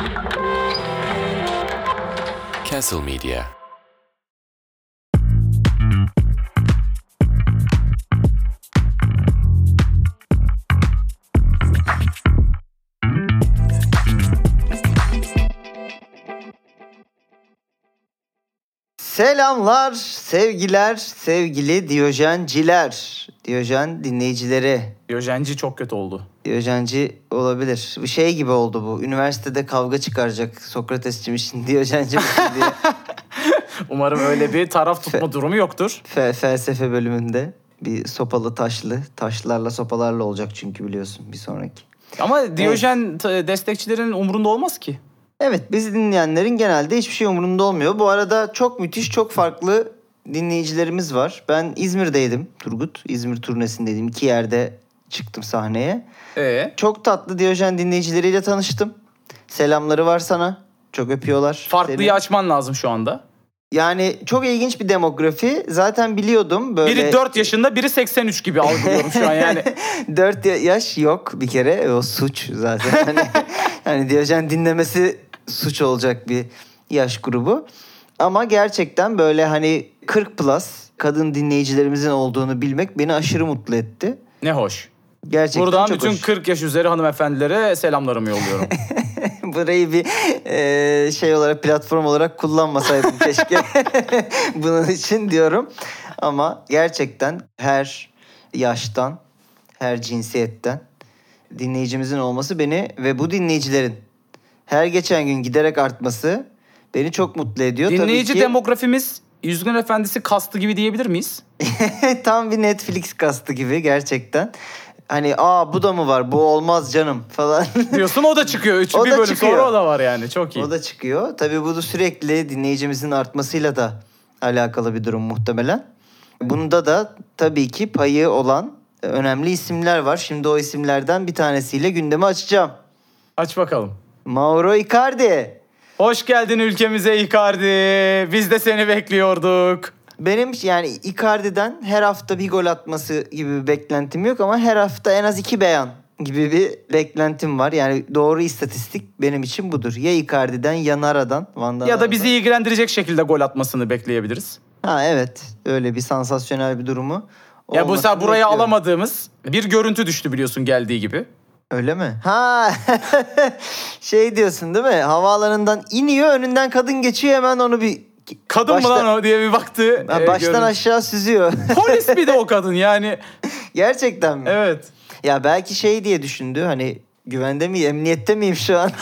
Castle Media. Selamlar, sevgiler, sevgili Diyojenciler, Diyojen dinleyicileri. Diyojenci çok kötü oldu. Diyojenci olabilir. Bir şey gibi oldu bu. Üniversitede kavga çıkaracak Sokrates'cim için, Diyojenci misin diye. Umarım öyle bir taraf tutma durumu yoktur. Felsefe bölümünde bir sopalı taşlı, taşlarla sopalarla olacak çünkü biliyorsun bir sonraki. Ama Diyojen destekçilerin umurunda olmaz ki. Evet, bizi dinleyenlerin genelde hiçbir şey umurunda olmuyor. Bu arada çok müthiş, çok farklı dinleyicilerimiz var. Ben İzmir'deydim Turgut. İzmir turnesindeydim. 2 yerde çıktım sahneye. Çok tatlı Diyojen dinleyicileriyle tanıştım. Selamları var sana. Çok öpüyorlar. Farklıyı seni açman lazım şu anda. Yani çok ilginç bir demografi. Zaten biliyordum böyle. Biri 4 yaşında, biri 83 gibi algılıyorum şu an yani. 4 yaş yok bir kere. O suç zaten. Hani Diyojen dinlemesi suç olacak bir yaş grubu. Ama gerçekten böyle hani 40 plus kadın dinleyicilerimizin olduğunu bilmek beni aşırı mutlu etti. Ne hoş. Gerçekten buradan çok bütün hoş. 40 yaş üzeri hanımefendilere selamlarımı yolluyorum. Burayı bir şey olarak, platform olarak kullanmasaydım keşke bunun için diyorum. Ama gerçekten her yaştan, her cinsiyetten dinleyicimizin olması beni ve bu dinleyicilerin her geçen gün giderek artması beni çok mutlu ediyor. Dinleyici Tabii ki demografimiz Yüzgün Efendisi kastı gibi diyebilir miyiz? tam bir Netflix kastı gibi gerçekten. Hani bu da mı var, bu olmaz canım falan. Diyorsun, o da çıkıyor. O Bir da bölüm çıkıyor. sonra o da var yani, çok iyi. O da çıkıyor. Tabii bu da sürekli dinleyicimizin artmasıyla da alakalı bir durum muhtemelen. Bunda da tabii ki payı olan önemli isimler var. Şimdi o isimlerden bir tanesiyle gündemi açacağım. Aç bakalım. Mauro Icardi. Hoş geldin ülkemize Icardi. Biz de seni bekliyorduk. Benim yani Icardi'den her hafta bir gol atması gibi bir beklentim yok ama her hafta en az 2 beyan gibi bir beklentim var. Yani doğru istatistik benim için budur. Ya Icardi'den ya Nara'dan. Ya da bizi ilgilendirecek şekilde gol atmasını bekleyebiliriz. Evet, öyle bir sansasyonel bir durumu. Ya bu sefer buraya bekliyorum. alamadığımız bir görüntü düştü biliyorsun, geldiği gibi. Öyle mi? Şey diyorsun değil mi? Havaalanından iniyor, önünden kadın geçiyor, hemen onu bir... Kadın mı lan o diye bir baktı. Baştan görüntü. aşağı süzüyor. Polis bir de o kadın yani. Gerçekten mi? Evet. Ya belki şey diye düşündü, hani güvende miyim, emniyette miyim şu an?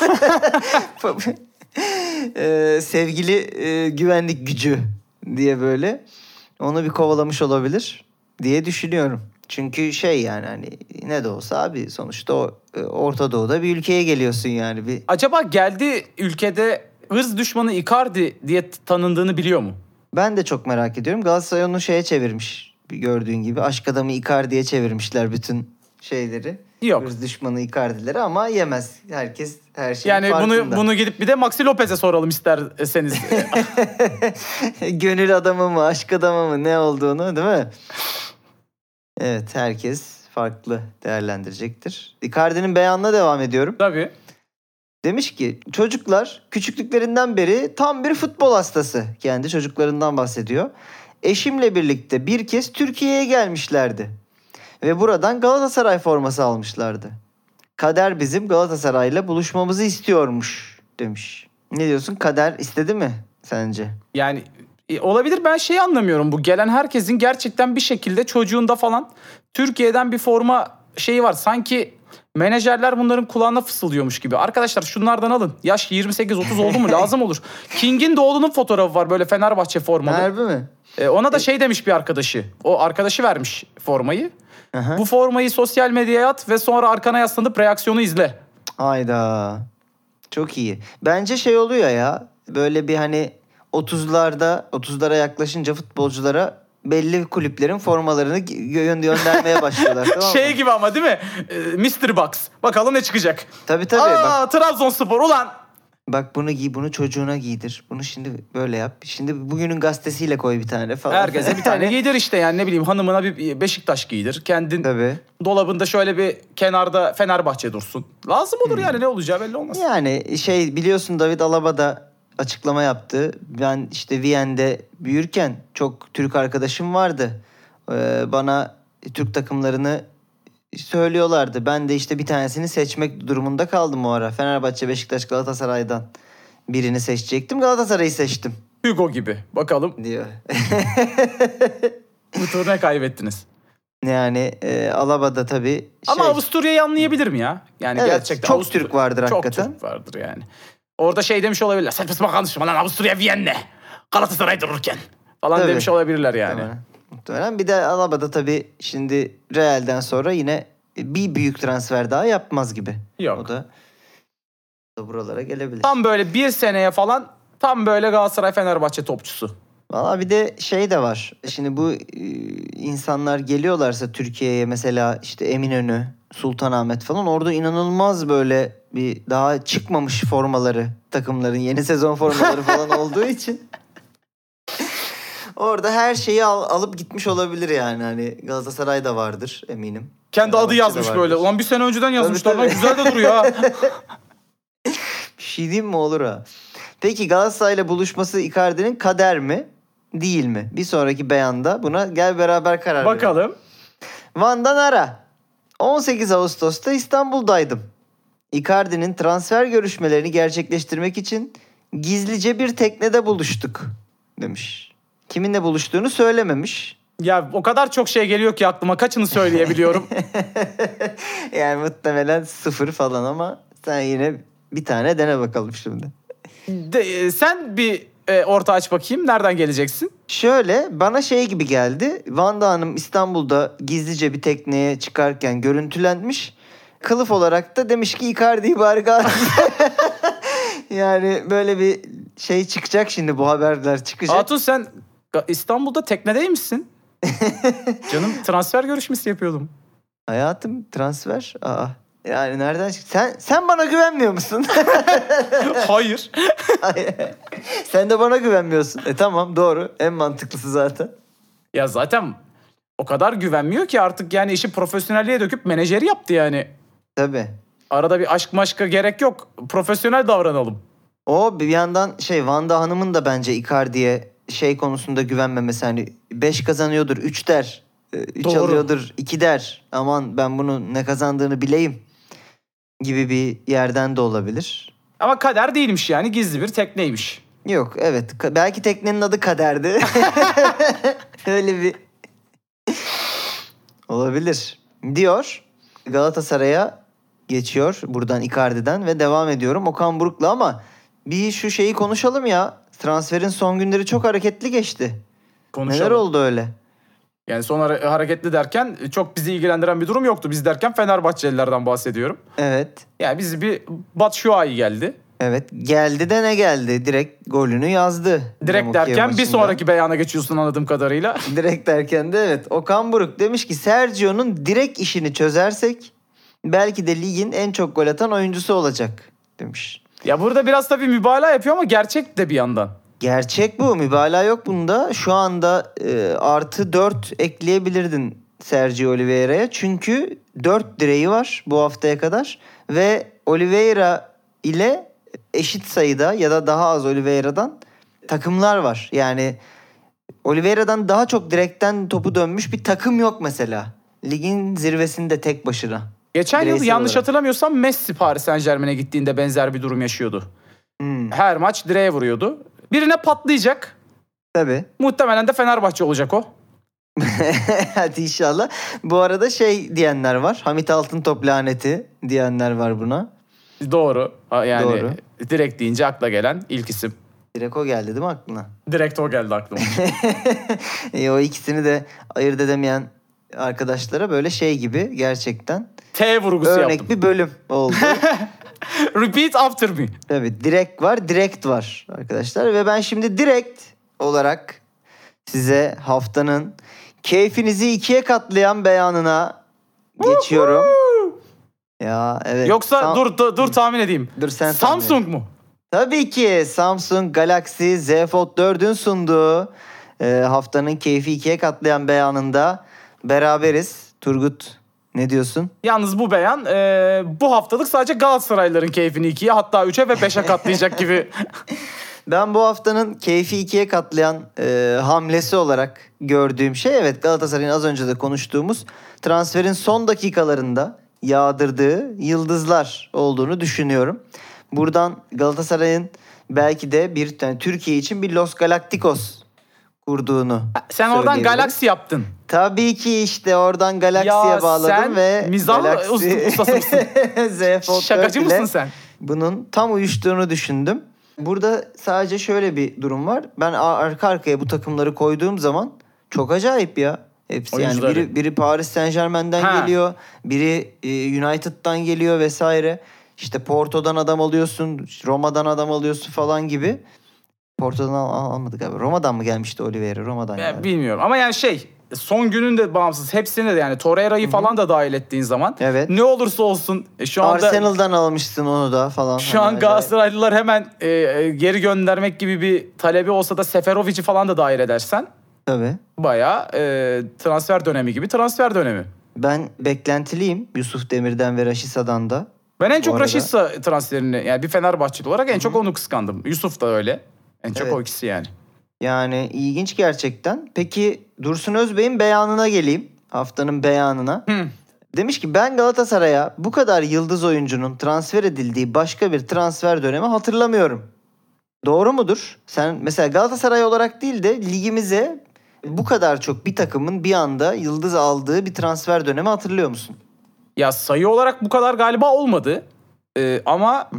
Sevgili güvenlik gücü diye böyle onu bir kovalamış olabilir diye düşünüyorum. Çünkü şey yani hani ne de olsa abi sonuçta Orta Doğu'da bir ülkeye geliyorsun yani. Acaba geldiği ülkede ırz düşmanı Icardi diye tanındığını biliyor mu? Ben de çok merak ediyorum. Galatasaray onu şeye çevirmiş, gördüğün gibi. Aşk adamı Icardi'ye çevirmişler bütün şeyleri. Yok. Irz düşmanı Icardi'leri ama yemez. Herkes her şeyin Yani farkında. bunu gidip bir de Maxi Lopez'e soralım isterseniz. Gönül adamı mı, aşk adamı mı, ne olduğunu değil mi? Evet, herkes farklı değerlendirecektir. Icardi'nin beyanına devam ediyorum. Tabii. Demiş ki çocuklar küçüklüklerinden beri tam bir futbol hastası. Kendi çocuklarından bahsediyor. Eşimle birlikte bir kez Türkiye'ye gelmişlerdi. Ve buradan Galatasaray forması almışlardı. Kader bizim Galatasaray'la buluşmamızı istiyormuş demiş. Ne diyorsun? Kader istedi mi sence? Yani olabilir, ben şeyi anlamıyorum. Bu gelen herkesin gerçekten bir şekilde çocuğunda falan Türkiye'den bir forma şeyi var. Sanki menajerler bunların kulağına fısıldıyormuş gibi. Arkadaşlar şunlardan alın. Yaş 28-30 oldu mu lazım olur. King'in de oğlunun fotoğrafı var böyle Fenerbahçe formalı. Harbi mi? Ona da şey demiş bir arkadaşı. O arkadaşı vermiş formayı. Aha. Bu formayı sosyal medyaya at ve sonra arkana yaslanıp reaksiyonu izle. Hayda. Çok iyi. Bence şey oluyor ya. Böyle bir hani 30'lara yaklaşınca futbolculara belli kulüplerin formalarını göndermeye başlıyorlar. Tamam mı? Şey gibi ama değil mi? Mr. Box. Bakalım ne çıkacak. Tabii. Bak, Trabzonspor ulan. Bak bunu giy, bunu çocuğuna giydir. Bunu şimdi böyle yap. Şimdi bugünün gazetesiyle koy bir tane falan. Herkese bir tane giydir işte, yani ne bileyim, hanımına bir Beşiktaş giydir. Kendin Tabii. dolabında şöyle bir kenarda Fenerbahçe dursun. Lazım olur yani, ne olacağı belli olmaz. Yani biliyorsun, David Alaba da açıklama yaptı. Ben işte Viyen'de büyürken çok Türk arkadaşım vardı. Bana Türk takımlarını söylüyorlardı. Ben de işte bir tanesini seçmek durumunda kaldım o ara. Fenerbahçe, Beşiktaş, Galatasaray'dan birini seçecektim. Galatasaray'ı seçtim Hugo gibi. Bakalım diyor. bu tur ne kaybettiniz? Yani Alaba da tabii Ama Avusturya'yı anlayabilirim ya. Yani evet, gerçekten çok Türk vardır hakikaten. Çok Türk vardır yani. Orada şey demiş olabilirler. Sen pısma konuşma lan, Avusturya Viyen'le Galatasaray dururken falan Tabii. demiş olabilirler yani. Muhtemelen. Bir de Alaba da tabii şimdi Real'den sonra yine bir büyük transfer daha yapmaz gibi. Yok. O da buralara gelebilir. Tam böyle bir seneye falan tam böyle Galatasaray Fenerbahçe topçusu. Valla bir de şey de var. Şimdi bu insanlar geliyorlarsa Türkiye'ye, mesela işte Eminönü, Sultanahmet falan, orada inanılmaz böyle bir daha çıkmamış formaları, takımların yeni sezon formaları falan olduğu için orada her şeyi alıp gitmiş olabilir yani. Hani Galatasaray'da vardır eminim. Kendi adı yazmış böyle. Ulan bir sene önceden yazmışlar lan, güzel de duruyor ha. Bir şey diyeyim mi, olur ha. Peki Galatasaray'la buluşması Icardi'nin kader mi? Değil mi? Bir sonraki beyanda buna gel beraber karar verelim. Bakalım. Van'dan ara. 18 Ağustos'ta İstanbul'daydım. Icardi'nin transfer görüşmelerini gerçekleştirmek için gizlice bir teknede buluştuk demiş. Kiminle buluştuğunu söylememiş. Ya o kadar çok şey geliyor ki aklıma, kaçını söyleyebiliyorum. Yani muhtemelen 0 falan, ama sen yine bir tane dene bakalım şimdi. Sen bir orta aç bakayım. Nereden geleceksin? Şöyle, bana şey gibi geldi. Vanda Hanım İstanbul'da gizlice bir tekneye çıkarken görüntülenmiş. Kılıf olarak da demiş ki Icardi'yi bari yani böyle bir şey çıkacak şimdi, bu haberler çıkacak. Hatun, sen İstanbul'da teknedeymişsin. Canım, transfer görüşmesi yapıyordum. Hayatım, transfer. Yani nereden çıktı? Sen bana güvenmiyor musun? Hayır. Sen de bana güvenmiyorsun. Tamam, doğru. En mantıklısı zaten. Ya zaten o kadar güvenmiyor ki artık, yani işi profesyonelliğe döküp menajeri yaptı yani. Tabii. Arada bir aşk maşka gerek yok. Profesyonel davranalım. O bir yandan Vanda Hanım'ın da bence Icardi'ye konusunda güvenmemesi. Hani 5 kazanıyordur 3 der. 3 Doğru. alıyordur 2 der. Aman ben bunun ne kazandığını bileyim gibi bir yerden de olabilir. Ama kader değilmiş yani, gizli bir tekneymiş. Yok, evet. Belki teknenin adı kaderdi. Öyle bir olabilir diyor. Galatasaray'a geçiyor buradan, Icardi'den, ve devam ediyorum Okan Buruk'la. Ama bir şu şeyi konuşalım ya. Transferin son günleri çok hareketli geçti. Konuşalım. Neler oldu öyle? Yani son hareketli derken çok bizi ilgilendiren bir durum yoktu. Biz derken Fenerbahçelilerden bahsediyorum. Evet. Yani bizi bir Batshuayi geldi. Evet. Geldi de ne geldi? Direkt golünü yazdı. Direkt Dinamo derken Kiev bir maçında. sonraki beyana geçiyorsun anladığım kadarıyla. Direkt derken de evet. Okan Buruk demiş ki Sergio'nun direkt işini çözersek belki de ligin en çok gol atan oyuncusu olacak demiş. Ya burada biraz tabii mübalağa yapıyor ama gerçek de bir yandan. Gerçek bu. Mübalağa yok bunda. Şu anda artı 4 ekleyebilirdin Sergio Oliveira'ya. Çünkü 4 direği var bu haftaya kadar. Ve Oliveira ile eşit sayıda ya da daha az Oliveira'dan takımlar var. Yani Oliveira'dan daha çok direkten topu dönmüş bir takım yok mesela. Ligin zirvesinde tek başına. Geçen yıl Bireysel yanlış olarak. hatırlamıyorsam Messi Paris Saint-Germain'e gittiğinde benzer bir durum yaşıyordu. Her maç direğe vuruyordu. Birine patlayacak. Tabii. Muhtemelen de Fenerbahçe olacak o. Hadi inşallah. Bu arada diyenler var. Hamit Altıntop laneti diyenler var buna. Doğru. Yani Doğru. direkt deyince akla gelen ilk isim. Direkt o geldi değil mi aklına? Direkt o geldi aklıma. O ikisini de ayırt edemeyen arkadaşlara böyle gibi gerçekten T vurgusu örnek yaptım. bir bölüm oldu. Repeat after me. Tabii, direkt var, direkt var arkadaşlar. Ve ben şimdi direkt olarak size haftanın keyfinizi 2'ye katlayan beyanına geçiyorum. Ya evet. Yoksa dur tahmin edeyim. Dur sen Samsung mu? Tabii ki Samsung Galaxy Z Fold 4'ün sunduğu haftanın keyfi ikiye katlayan beyanında beraberiz. Turgut, ne diyorsun? Yalnız bu beyan bu haftalık sadece Galatasaraylıların keyfini 2'ye, hatta 3'e ve 5'e katlayacak gibi. Ben bu haftanın keyfi ikiye katlayan hamlesi olarak gördüğüm şey, evet, Galatasaray'ın az önce de konuştuğumuz transferin son dakikalarında yağdırdığı yıldızlar olduğunu düşünüyorum. Buradan Galatasaray'ın belki de Türkiye için bir Los Galacticos kurduğunu Sen oradan söyleyebilirim. Galaxy yaptın. Tabii ki işte oradan Galaxy'ye bağladım sen ve mizah Galaxy ustası mısın? Z Fold Şakacı 4 ile mısın sen? bunun tam uyuştuğunu düşündüm. Burada sadece şöyle bir durum var. Ben arka arkaya bu takımları koyduğum zaman çok acayip ya. Hepsi Oyuncuları. yani biri Paris Saint-Germain'den geliyor, biri United'dan geliyor vesaire. İşte Porto'dan adam alıyorsun, Roma'dan adam alıyorsun falan gibi. Porto'dan almadık galiba. Roma'dan mı gelmişti Oliveira? Roma'dan geldi. Bilmiyorum ama yani son günün de bağımsız hepsini de, yani Torreira'yı falan da dahil ettiğin zaman Evet. ne olursa olsun şu anda Arsenal'dan almışsın onu da falan. şu Hani an acayip. Galatasaraylılar hemen geri göndermek gibi bir talebi olsa da Seferovic'i falan da dahil edersen Tabii. bayağı transfer dönemi gibi transfer dönemi. Ben beklentiliyim Yusuf Demir'den ve Raşisa'dan da. Ben en Bu çok arada- Rashica transferini, yani bir Fenerbahçeli olarak en çok onu kıskandım. Yusuf da öyle. En çok Evet. o ikisi yani. Yani ilginç gerçekten. Peki Dursun Özbey'in beyanına geleyim. Haftanın beyanına. Demiş ki ben Galatasaray'a bu kadar yıldız oyuncunun transfer edildiği başka bir transfer dönemi hatırlamıyorum. Doğru mudur? Sen mesela Galatasaray olarak değil de ligimize bu kadar çok bir takımın bir anda yıldız aldığı bir transfer dönemi hatırlıyor musun? Ya sayı olarak bu kadar galiba olmadı. Ama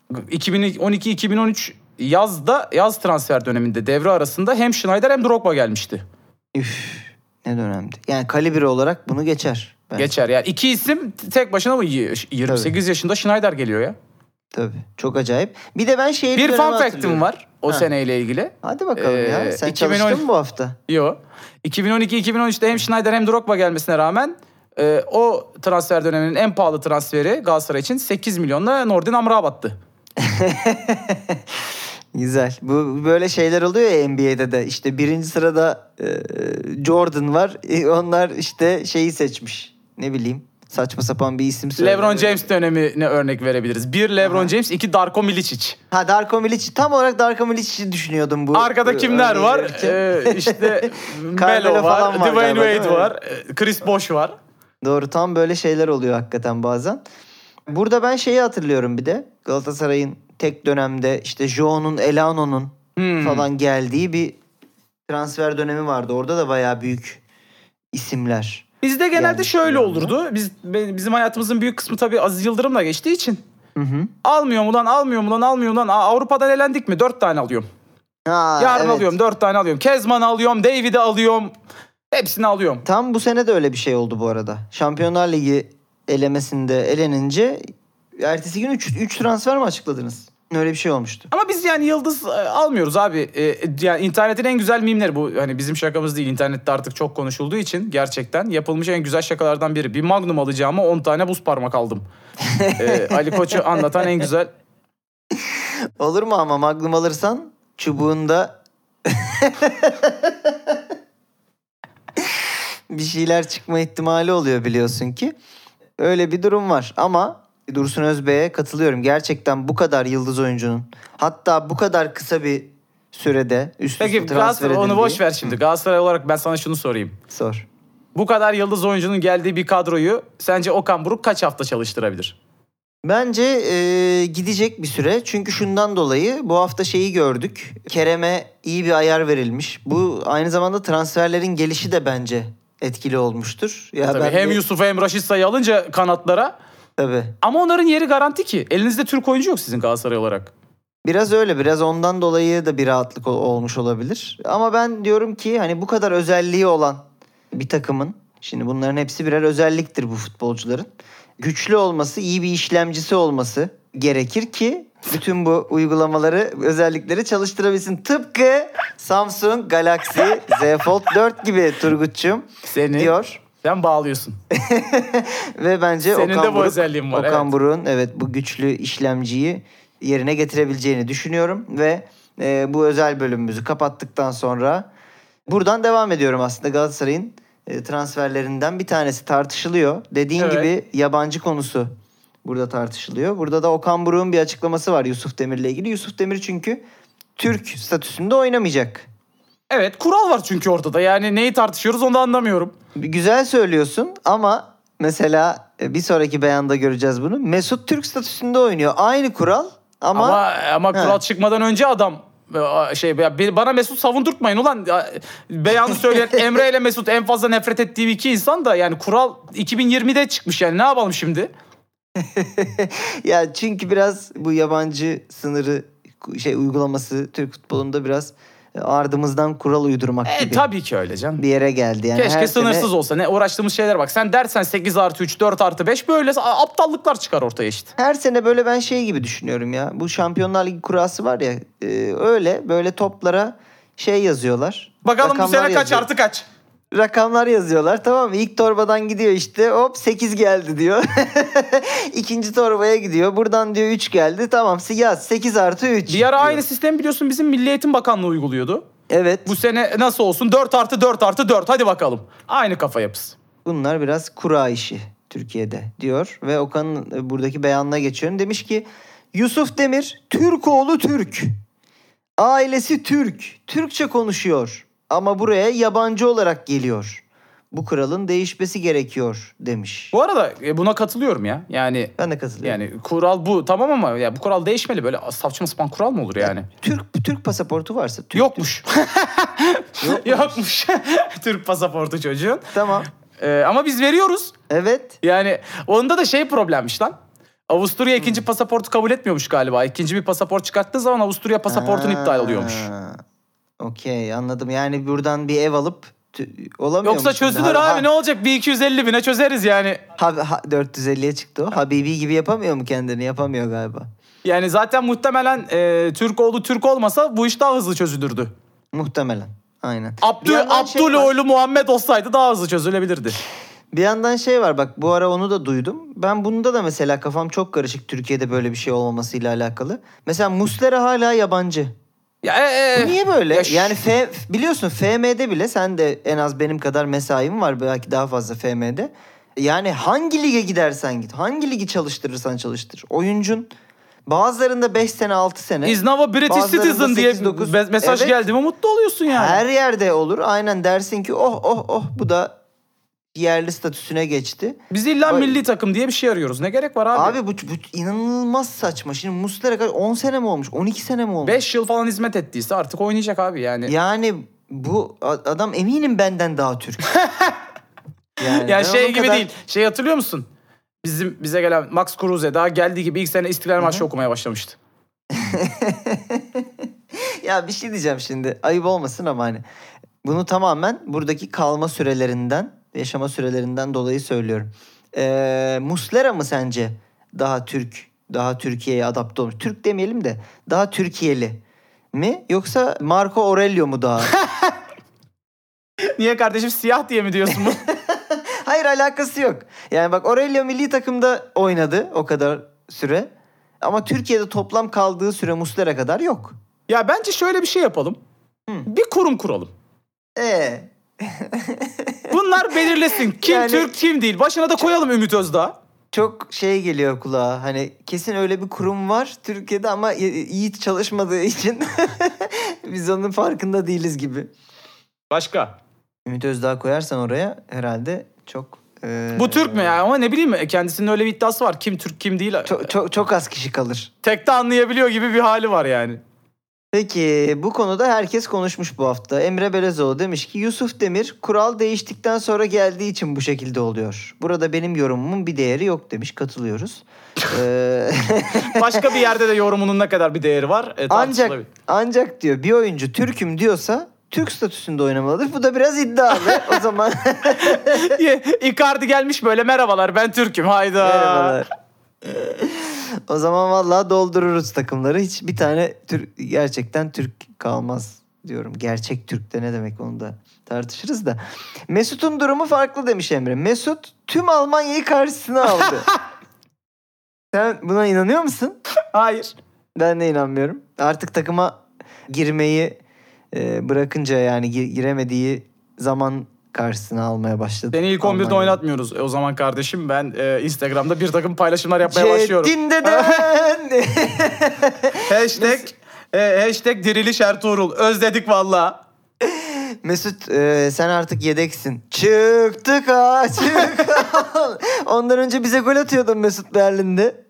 2012-2013 yaz transfer döneminde devre arasında hem Schneider hem Drogba gelmişti. Üf, ne dönemdi. Yani kalibre olarak bunu geçer. bence. Geçer yani. İki isim tek başına mı? 28 yaşında Schneider geliyor ya. Tabii. Çok acayip. Bir de ben şeyi Bir dönemi fun hatırlıyorum. fact'im var o Ha. seneyle ilgili. Hadi bakalım ya. Sen 2010 çalıştın mı bu hafta? Yo. 2012-2013'te hem Schneider hem Drogba gelmesine rağmen o transfer döneminin en pahalı transferi Galatasaray için 8 milyonla Nordin Amrabat'tı. Güzel. Bu böyle şeyler oluyor ya NBA'de de. İşte birinci sırada Jordan var. Onlar işte şeyi seçmiş. Ne bileyim. Saçma sapan bir isim söylüyor. LeBron James dönemine örnek verebiliriz. Bir LeBron James, iki Darko Milicic. Ha, Darko Milic. Tam olarak Darko Milic'i düşünüyordum bu. Arkada kimler örneği var? verirken. İşte Carmelo Melo var, falan var Dwayne galiba, değil Wade mi? var, Chris Bosh var. Doğru, tam böyle şeyler oluyor hakikaten bazen. Burada ben şeyi hatırlıyorum bir de. Galatasaray'ın tek dönemde işte João'nun, Elano'nun falan geldiği bir transfer dönemi vardı. Orada da bayağı büyük isimler. Bizde genelde Gelmiş şöyle bir anda. olurdu. Bizim hayatımızın büyük kısmı tabii Aziz Yıldırım'la geçtiği için. Hı. Almıyor mu lan, almıyor mu lan, almıyor mu lan? Avrupa'dan elendik mi? 4 tane alıyorum. Ha, Yarın evet. alıyorum, 4 tane alıyorum. Kezman'ı alıyorum, David'i alıyorum. Hepsini alıyorum. Tam bu sene de öyle bir şey oldu bu arada. Şampiyonlar Ligi elemesinde elenince ertesi gün 3 transfer mi açıkladınız? Öyle bir şey olmuştu. Ama biz yani yıldız almıyoruz abi. Yani internetin en güzel mimleri bu. Hani bizim şakamız değil. İnternette artık çok konuşulduğu için gerçekten yapılmış en güzel şakalardan biri. Bir Magnum alacağıma 10 tane buz parmak aldım. Ali Koç'u anlatan en güzel. Olur mu ama Magnum alırsan çubuğunda bir şeyler çıkma ihtimali oluyor biliyorsun ki. Öyle bir durum var ama Dursun Özbey'e katılıyorum. Gerçekten bu kadar yıldız oyuncunun, hatta bu kadar kısa bir sürede üst Peki üste transfer Galatasaray, onu edildiği- boş ver şimdi. Galatasaray olarak ben sana şunu sorayım. Sor. Bu kadar yıldız oyuncunun geldiği bir kadroyu sence Okan Buruk kaç hafta çalıştırabilir? Bence gidecek bir süre. Çünkü şundan dolayı bu hafta şeyi gördük. Kerem'e iyi bir ayar verilmiş. Bu aynı zamanda transferlerin gelişi de bence etkili olmuştur. Ya Tabii hem Yusuf'u hem Raşitsa'yı alınca kanatlara. Tabii. Ama onların yeri garanti ki. Elinizde Türk oyuncu yok sizin Galatasaray olarak. Biraz öyle. Biraz ondan dolayı da bir rahatlık olmuş olabilir. Ama ben diyorum ki hani bu kadar özelliği olan bir takımın, şimdi bunların hepsi birer özelliktir bu futbolcuların. Güçlü olması, iyi bir işlemcisi olması gerekir ki bütün bu uygulamaları, özellikleri çalıştırabilsin. Tıpkı Samsung Galaxy Z Fold 4 gibi Turgut'cum diyor. Sen bağlıyorsun. Ve bence Senin Okan de bu Buruk, özelliğin var, Okan evet. Buruk'un bu güçlü işlemciyi yerine getirebileceğini düşünüyorum ve bu özel bölümümüzü kapattıktan sonra buradan devam ediyorum aslında. Galatasaray'ın transferlerinden bir tanesi tartışılıyor. Dediğin Evet. gibi yabancı konusu burada tartışılıyor. Burada da Okan Buruk'un bir açıklaması var Yusuf Demir'le ilgili. Yusuf Demir çünkü Türk statüsünde oynamayacak. Evet, kural var çünkü ortada. Yani neyi tartışıyoruz onu da anlamıyorum. Güzel söylüyorsun ama mesela bir sonraki beyanda göreceğiz bunu. Mesut Türk statüsünde oynuyor. Aynı kural Ama kural çıkmadan önce adam bana Mesut savundurtmayın ulan. Beyanı söyleyen Emre ile Mesut en fazla nefret ettiğim iki insan da yani kural 2020'de çıkmış yani ne yapalım şimdi? ya çünkü biraz bu yabancı sınırı uygulaması Türk futbolunda biraz ardımızdan kural uydurmak gibi. Tabii ki öyle canım. Bir yere geldi. Yani Keşke sınırsız olsa. Ne uğraştığımız şeyler bak. Sen dersen 8+3, 4+5 böyle aptallıklar çıkar ortaya işte. Her sene böyle ben gibi düşünüyorum ya. Bu Şampiyonlar Ligi kurası var ya öyle böyle toplara yazıyorlar. Bakalım bu sene kaç yazıyor. artı kaç? Rakamlar yazıyorlar, tamam mı? İlk torbadan gidiyor işte, hop 8 geldi diyor. İkinci torbaya gidiyor. Buradan diyor 3 geldi. Tamam yaz 8+3. Bir ara diyor. aynı sistem biliyorsun bizim Milli Eğitim Bakanlığı uyguluyordu. Evet. Bu sene nasıl olsun? 4+4+4 hadi bakalım. Aynı kafa yapısı. Bunlar biraz kura işi Türkiye'de diyor. Ve Okan'ın buradaki beyanına geçiyorum. Demiş ki Yusuf Demir Türk oğlu Türk. Ailesi Türk. Türkçe konuşuyor. Ama buraya yabancı olarak geliyor. Bu kuralın değişmesi gerekiyor demiş. Bu arada buna katılıyorum ya. Yani Ben de katılıyorum. yani kural bu tamam ama ya bu kural değişmeli. Böyle saçma sapan kural mı olur yani? Türk pasaportu varsa. Yokmuş. Yokmuş. Türk pasaportu çocuğun. Tamam. Ama biz veriyoruz. Evet. Yani onda da problemmiş lan. Avusturya ikinci pasaportu kabul etmiyormuş galiba. İkinci bir pasaport çıkarttığı zaman Avusturya pasaportunu iptal alıyormuş. Okey, anladım. Yani buradan bir ev alıp olamıyor Yoksa musun? çözülür abi ne olacak? Bir 250 bine çözeriz yani. 450'ye çıktı o. Habibi gibi yapamıyor mu kendini? Yapamıyor galiba. Yani zaten muhtemelen Türk olmasa bu iş daha hızlı çözülürdü. Muhtemelen. Aynen. Abdüloğlu Muhammed olsaydı daha hızlı çözülebilirdi. Bir yandan var bak, bu ara onu da duydum. Ben bunda da mesela kafam çok karışık Türkiye'de böyle bir şey olmamasıyla alakalı. Mesela Muslera hala yabancı. Ya, Bu niye böyle? ya Yani biliyorsun FM'de bile sen de en az benim kadar mesain var, belki daha fazla FM'de. Yani hangi lige gidersen git, hangi ligi çalıştırırsan çalıştır. Oyuncun bazılarında 5 sene 6 sene. Is now a British bazılarında citizen diye 8-9. mesaj geldi mi mutlu oluyorsun yani. Her yerde olur. Aynen dersin ki oh bu da yerli statüsüne geçti. Biz illa milli takım diye bir şey arıyoruz. Ne gerek var abi? Abi bu inanılmaz saçma. Şimdi Muslera 10 sene mi olmuş? 12 sene mi olmuş? 5 yıl falan hizmet ettiyse artık oynayacak abi yani. Yani bu adam eminim benden daha Türk. Yani gibi değil. Hatırlıyor musun? Bize gelen Max Kruse daha geldiği gibi ilk sene İstiklal Marşı okumaya başlamıştı. Ya bir şey diyeceğim şimdi. Ayıp olmasın ama hani bunu tamamen buradaki kalma sürelerinden, yaşama sürelerinden dolayı söylüyorum. Muslera mı sence daha Türkiye'ye adapte olmuş? Türk demeyelim de daha Türkiye'li mi? Yoksa Marco Aurelio mu daha? Niye kardeşim, siyah diye mi diyorsun bu? Hayır, alakası yok. Yani bak, Aurelio milli takımda oynadı o kadar süre. Ama Türkiye'de toplam kaldığı süre Muslera kadar yok. Ya bence şöyle bir şey yapalım. Bir kurum kuralım. Bunlar belirlesin. Kim Türk kim değil. Başına da koyalım Ümit Özdağ. Çok geliyor kulağa. Hani kesin öyle bir kurum var Türkiye'de ama Yiğit çalışmadığı için biz onun farkında değiliz gibi. Başka? Ümit Özdağ koyarsan oraya herhalde çok... Bu Türk mü ya? Ama ne bileyim, kendisinin öyle bir iddiası var. Kim Türk kim değil. Çok az kişi kalır. Tekte anlayabiliyor gibi bir hali var yani. Peki bu konuda herkes konuşmuş bu hafta. Emre Belezoğlu demiş ki Yusuf Demir kural değiştikten sonra geldiği için bu şekilde oluyor. Burada benim yorumumun bir değeri yok demiş. Katılıyoruz. Başka bir yerde de yorumunun ne kadar bir değeri var? Ancak diyor bir oyuncu Türk'üm diyorsa Türk statüsünde oynamalıdır. Bu da biraz iddialı. O zaman Icardi gelmiş böyle, merhabalar ben Türk'üm hayda. Merhabalar. O zaman vallahi doldururuz takımları. Hiç bir tane gerçekten Türk kalmaz diyorum. Gerçek Türk de ne demek, onu da tartışırız da. Mesut'un durumu farklı demiş Emre. Mesut tüm Almanya'yı karşısına aldı. Sen buna inanıyor musun? Hayır. Ben de inanmıyorum. Artık takıma girmeyi bırakınca yani giremediği zaman karşısına almaya başladı. Seni ilk 11'de Almanya'da. oynatmıyoruz. O zaman kardeşim ben Instagram'da bir takım paylaşımlar yapmaya başlıyorum. Ceddin deden. Hashtag diriliş Ertuğrul. Özledik valla. Mesut sen artık yedeksin. Çıktık ha çık. Ondan önce bize gol atıyordun Mesut Berlin'de.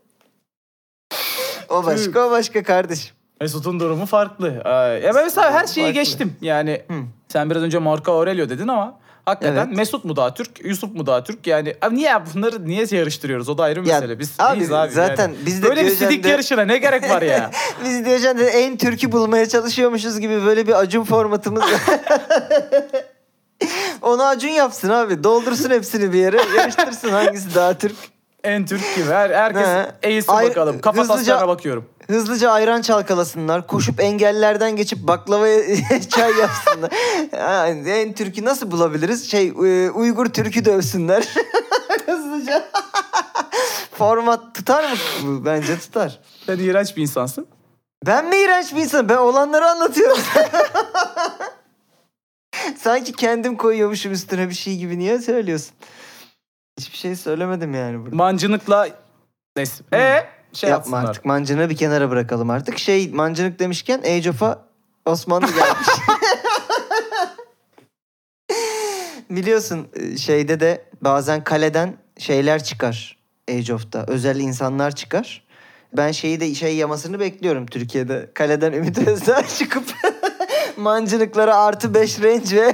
O başka kardeşim. Mesut'un durumu farklı. Ya ben mesela her şeyi Farklı. geçtim. Yani sen biraz önce Marco Aurelio dedin ama hakikaten Evet. Mesut mu daha Türk, Yusuf mu daha Türk? Yani abi niye yarıştırıyoruz? O da ayrı bir Ya, mesele. Biz abi, neyiz abi? zaten yani? biz de Böyle bir Diyojen'de- sidik yarışına ne gerek var ya? Biz Diyojen'de en Türk'ü bulmaya çalışıyormuşuz gibi böyle bir Acun formatımız var. Onu Acun yapsın abi. Doldursun hepsini bir yere. Yarıştırsın hangisi daha Türk. En Türk gibi. Herkes Ne? eğilsin Ay- bakalım. Kafa hızlıca- taslarına bakıyorum. Hızlıca ayran çalkalasınlar. Koşup engellerden geçip baklavaya çay yapsınlar. Ha, en Türk'ü nasıl bulabiliriz? Uygur Türk'ü dövsünler. Hızlıca. Format tutar mı bu? Bence tutar. Sen iğrenç bir insansın. Ben mi iğrenç bir insanım? Ben olanları anlatıyorum. Sanki kendim koyuyormuşum üstüne bir şey gibi. Niye söylüyorsun? Hiçbir şey söylemedim yani burada. Mancınıkla neyse. Şey Yapma yapsınlar. artık. Mancınığı bir kenara bırakalım artık. Mancınık demişken Age of'a Osmanlı gelmiş. Biliyorsun şeyde de bazen kaleden şeyler çıkar. Age of'ta. Özel insanlar çıkar. Ben yamasını bekliyorum Türkiye'de. Kaleden Ümit Özdağ çıkıp mancınıklara +5 range ve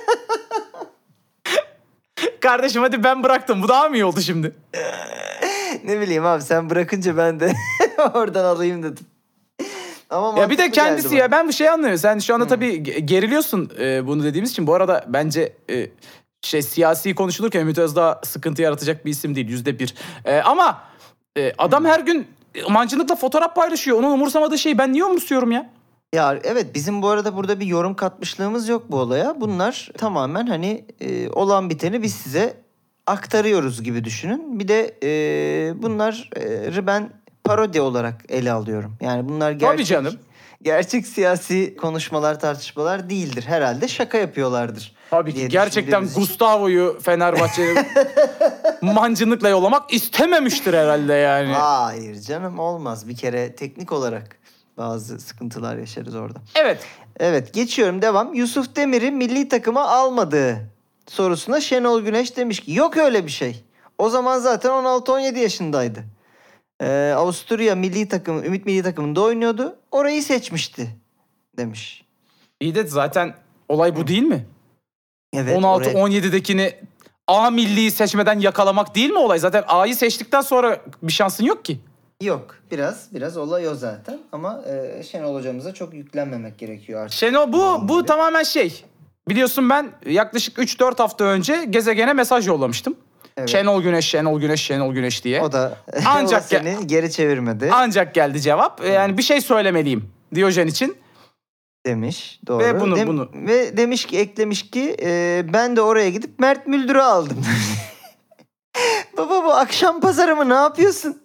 Kardeşim hadi ben bıraktım. Bu daha mı iyi oldu şimdi? ne bileyim abi sen bırakınca ben de oradan alayım dedim. Ama Ya bir de mantıklı kendisi geldi ya ben bir şey anlıyorum. Sen şu anda tabii geriliyorsun bunu dediğimiz için. Bu arada bence siyasi konuşulurken Ümit Özdağ sıkıntı yaratacak bir isim değil. %1. Ama adam her gün mancınıkla fotoğraf paylaşıyor. Onun umursamadığı şeyi ben niye umursuyorum ya? Ya evet bizim bu arada burada bir yorum katmışlığımız yok bu olaya. Bunlar tamamen hani olan biteni biz size aktarıyoruz gibi düşünün. Bir de bunları ben parodi olarak ele alıyorum. Yani bunlar Tabii canım. gerçek siyasi konuşmalar, tartışmalar değildir. Herhalde şaka yapıyorlardır. Tabii ki diye gerçekten düşündüğümüz için. Gustavo'yu Fenerbahçe'ye mancınıkla yollamak istememiştir herhalde yani. Hayır canım olmaz. Bir kere teknik olarak bazı sıkıntılar yaşarız orada. Evet. Evet geçiyorum devam. Yusuf Demir'i milli takıma almadığı sorusuna Şenol Güneş demiş ki yok öyle bir şey. O zaman zaten 16-17 yaşındaydı. Avusturya milli takımı, Ümit milli takımında oynuyordu. Orayı seçmişti demiş. İyi de zaten olay bu değil mi? Evet. 16-17'dekini A milliyi seçmeden yakalamak değil mi olay? Zaten A'yı seçtikten sonra bir şansın yok ki. Yok biraz olay o zaten ama Şenol hocamıza çok yüklenmemek gerekiyor artık. Şenol bu tamamen şey. Biliyorsun ben yaklaşık 3-4 hafta önce gezegene mesaj yollamıştım. Evet. Şenol Güneş diye. O da Ancak o seni geri çevirmedi Ancak geldi cevap. Yani bir şey söylemeliyim Diyojen için. demiş. Doğru. Ve bunu. Ve eklemiş ki ben de oraya gidip Mert Müldür'ü aldım. Baba bu akşam pazarı mı ne yapıyorsun?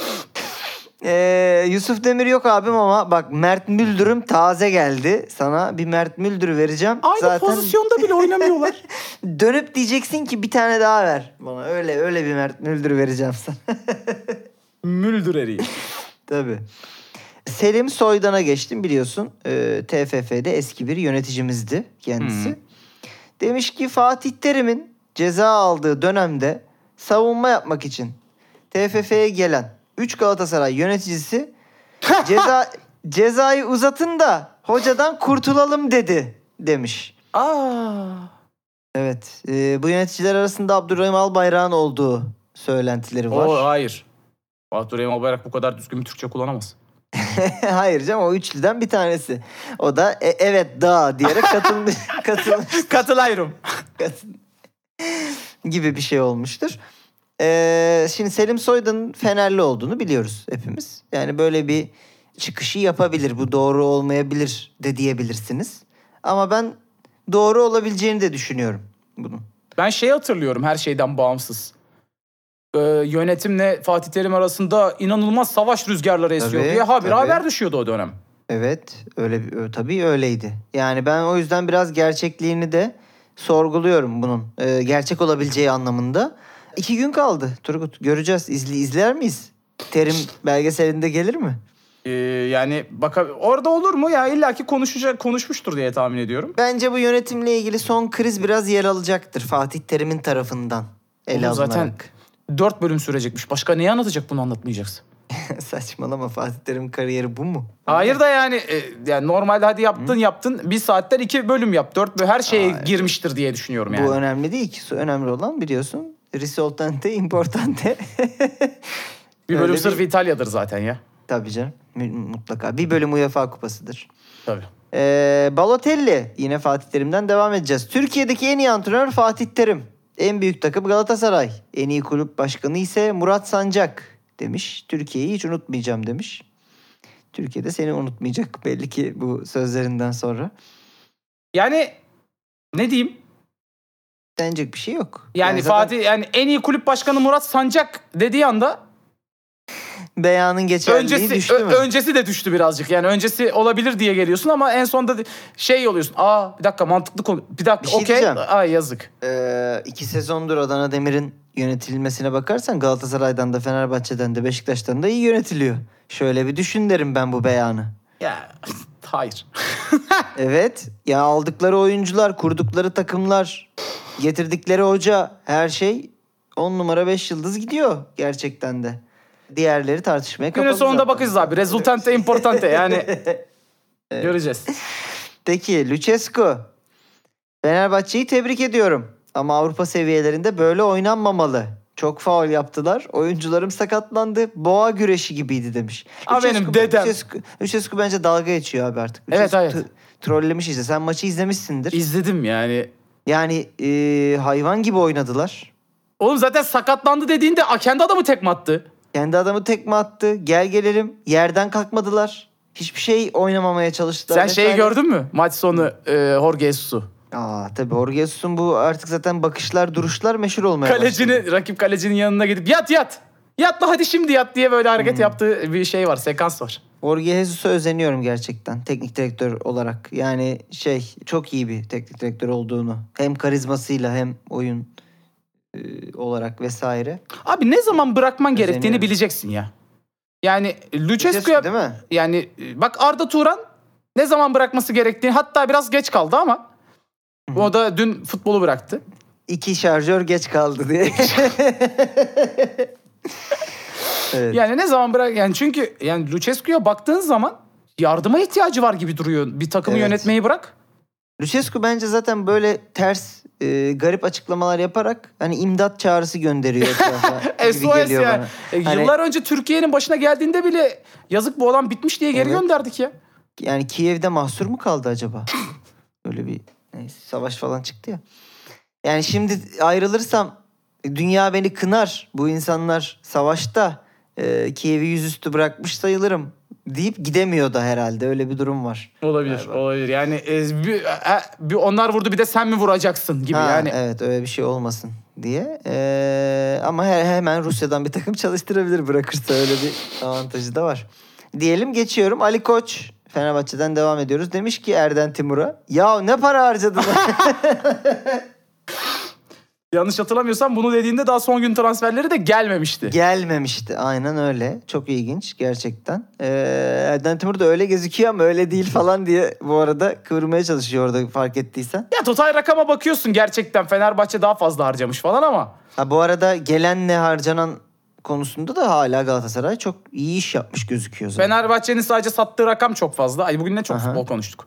Yusuf Demir yok abim ama bak Mert Müldür'üm taze geldi. Sana bir Mert Müldür'ü vereceğim. Aynı pozisyonda bile oynamıyorlar. Dönüp diyeceksin ki bir tane daha ver bana. Öyle bir Mert Müldür'ü vereceğim sana. Müldür eriği. Tabii. Selim Soydan'a geçtim biliyorsun. TFF'de eski bir yöneticimizdi kendisi. Demiş ki Fatih Terim'in ceza aldığı dönemde savunma yapmak için TFF'ye gelen 3 Galatasaray yöneticisi cezayı uzatın da hocadan kurtulalım dedi demiş. Evet. Bu yöneticiler arasında Abdurrahim Albayrak'ın olduğu söylentileri var. Hayır. Abdurrahim Albayrak bu kadar düzgün bir Türkçe kullanamaz. Hayır canım o üçlüden bir tanesi. O da evet da diyerek katılmış Katılayım. gibi bir şey olmuştur. Şimdi Selim Soydan'ın Fenerli olduğunu biliyoruz hepimiz. Yani böyle bir çıkışı yapabilir. Bu doğru olmayabilir de diyebilirsiniz. Ama ben doğru olabileceğini de düşünüyorum bunun. Ben hatırlıyorum her şeyden bağımsız. Yönetimle Fatih Terim arasında inanılmaz savaş rüzgarları esiyor Tabii, diye tabii. haber düşüyordu o dönem. Evet, tabii öyleydi. Yani ben o yüzden biraz gerçekliğini de sorguluyorum bunun. Gerçek olabileceği anlamında. 2 gün kaldı Turgut. Göreceğiz. İzler miyiz? Terim belgeselinde gelir mi? Yani orada olur mu ya, illaki konuşmuştur diye tahmin ediyorum. Bence bu yönetimle ilgili son kriz biraz yer alacaktır Fatih Terim'in tarafından ele Oğlum zaten alınarak. 4 bölüm sürecekmiş. Başka neyi anlatacak, bunu anlatmayacaksın? Saçmalama, Fatih Terim'in kariyeri bu mu? Hayır da yani normalde hadi yaptın 1 saatten 2 bölüm yap. 4 bölüm her şeye girmiştir diye düşünüyorum yani. Bu önemli değil ki. Önemli olan biliyorsun risoltante importante. Bir bölüm Öyle sırf İtalya'dır zaten ya. Tabii canım. Mutlaka. Bir bölüm UEFA kupasıdır. Tabii. Balotelli. Yine Fatih Terim'den devam edeceğiz. Türkiye'deki en iyi antrenör Fatih Terim. En büyük takım Galatasaray. En iyi kulüp başkanı ise Murat Sancak demiş. Türkiye'yi hiç unutmayacağım demiş. Türkiye'de seni unutmayacak belli ki bu sözlerinden sonra. Yani ne diyeyim? Denecek bir şey yok. Yani zaten Fatih, yani en iyi kulüp başkanı Murat Sancak dediği anda beyanın geçerliliği düştü mü? öncesi de düştü birazcık. Yani öncesi olabilir diye geliyorsun ama en sonunda şey oluyorsun. Bir dakika, mantıklı konu. Bir dakika, Bir şey okey. diyeceğim. Yazık. 2 sezondur Adana Demir'in yönetilmesine bakarsan Galatasaray'dan da Fenerbahçe'den de Beşiktaş'tan da iyi yönetiliyor. Şöyle bir düşün derim ben bu beyanı. Ya hayır. Evet. Ya aldıkları oyuncular, kurdukları takımlar, getirdikleri hoca, her şey 10 numara 5 yıldız gidiyor gerçekten de. Diğerleri tartışmaya kapalı. Günün sonunda zaten. bakacağız abi. Resultante importante yani. Göreceğiz. Peki Lucescu. Fenerbahçe'yi tebrik ediyorum. Ama Avrupa seviyelerinde böyle oynanmamalı. Çok faul yaptılar. Oyuncularım sakatlandı. Boğa güreşi gibiydi demiş. Benim dedem. Lucescu bence dalga geçiyor abi artık. Evet, Lucescu evet. Trollemiş işte. Sen maçı izlemişsindir. İzledim yani. Yani hayvan gibi oynadılar. Oğlum zaten sakatlandı dediğinde kendi adamı tekme attı. Kendi adamı tekme attı. Gel gelelim. Yerden kalkmadılar. Hiçbir şey oynamamaya çalıştılar. Sen şeyi vesaire. gördün mü? Maç sonu Jorge Jesus'u. Tabii Jorge Jesus'un bu artık zaten bakışlar, duruşlar meşhur olmaya başladı. Rakip kalecinin yanına gidip yat. Yat la hadi şimdi yat diye böyle hareket yaptığı bir şey var, sekans var. Jorge Jesus'a özeniyorum gerçekten teknik direktör olarak. Yani çok iyi bir teknik direktör olduğunu. Hem karizmasıyla hem oyun olarak vesaire. Abi ne zaman bırakman gerektiğini Özeniyorum. bileceksin ya. Yani Lucescu Lucescu'ya değil mi? yani bak Arda Turan ne zaman bırakması gerektiğini, hatta biraz geç kaldı ama o da dün futbolu bıraktı. 2 şarjör geç kaldı diye. Evet. Yani ne zaman yani çünkü yani Lucescu'ya baktığın zaman yardıma ihtiyacı var gibi duruyor. Bir takımı Evet. yönetmeyi bırak. Lucescu bence zaten böyle ters, garip açıklamalar yaparak hani imdat çağrısı gönderiyor etrafa gibi SOS geliyor yani. bana. Hani- Yıllar önce Türkiye'nin başına geldiğinde bile yazık bu olan bitmiş diye geri Evet. gönderdik ya. Yani Kiev'de mahsur mu kaldı acaba? Öyle bir savaş falan çıktı ya. Yani şimdi ayrılırsam dünya beni kınar. Bu insanlar savaşta Kiev'i yüzüstü bırakmış sayılırım deyip gidemiyor da herhalde. Öyle bir durum var. Olabilir. Yani bir onlar vurdu bir de sen mi vuracaksın gibi yani. Evet, öyle bir şey olmasın diye. Ama hemen Rusya'dan bir takım çalıştırabilir bırakırsa, öyle bir avantajı da var. Diyelim geçiyorum. Ali Koç, Fenerbahçe'den devam ediyoruz. Demiş ki Erden Timur'a, ya ne para harcadın? Yanlış hatırlamıyorsam bunu dediğinde daha son gün transferleri de gelmemişti. Gelmemişti. Aynen öyle. Çok ilginç gerçekten. Erden Timur da öyle gözüküyor ama öyle değil falan diye bu arada kıvırmaya çalışıyor orada, fark ettiysen. Ya total rakama bakıyorsun, gerçekten Fenerbahçe daha fazla harcamış falan ama. Bu arada gelenle harcanan konusunda da hala Galatasaray çok iyi iş yapmış gözüküyor zaten. Fenerbahçe'nin sadece sattığı rakam çok fazla. Ay bugün ne çok futbol konuştuk.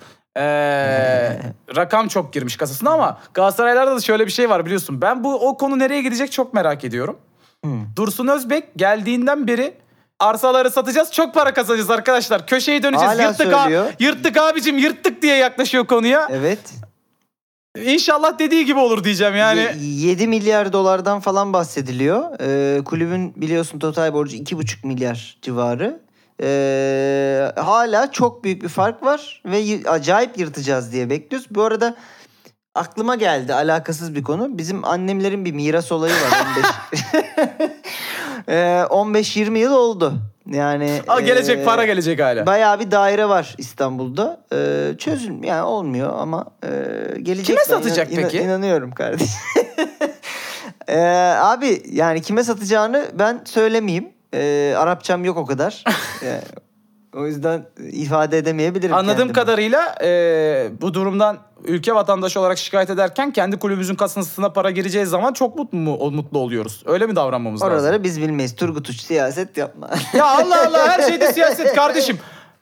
Rakam çok girmiş kasasına ama Galatasaray'larda da şöyle bir şey var biliyorsun. Ben o konu nereye gidecek çok merak ediyorum. Dursun Özbek geldiğinden beri arsaları satacağız, çok para kazanacağız arkadaşlar. Köşeyi döneceğiz. Hala söylüyor. Yırttık abicim, yırttık diye yaklaşıyor konuya. Evet. İnşallah dediği gibi olur diyeceğim yani. 7 milyar dolardan falan bahsediliyor. Kulübün biliyorsun total borcu 2,5 milyar civarı. Hala çok büyük bir fark var ve acayip yırtacağız diye bekliyoruz. Bu arada aklıma geldi, alakasız bir konu. Bizim annemlerin bir miras olayı var. 15-20 yıl oldu. Yani Gelecek para gelecek hala. bayağı bir daire var İstanbul'da. Çözüm yani olmuyor ama gelecek. Kime ben satacak peki? İnanıyorum kardeşim. Abi yani kime satacağını ben söylemeyeyim. Arapçam yok o kadar. O yüzden ifade edemeyebilirim Anladığım kendimi. kadarıyla bu durumdan ülke vatandaşı olarak şikayet ederken kendi kulübümüzün kasasına para gireceği zaman çok mutlu oluyoruz. Öyle mi davranmamız lazım? Oraları biz bilmeyiz. Turgut Uç siyaset yapma. Ya Allah Allah, her şeyde siyaset kardeşim.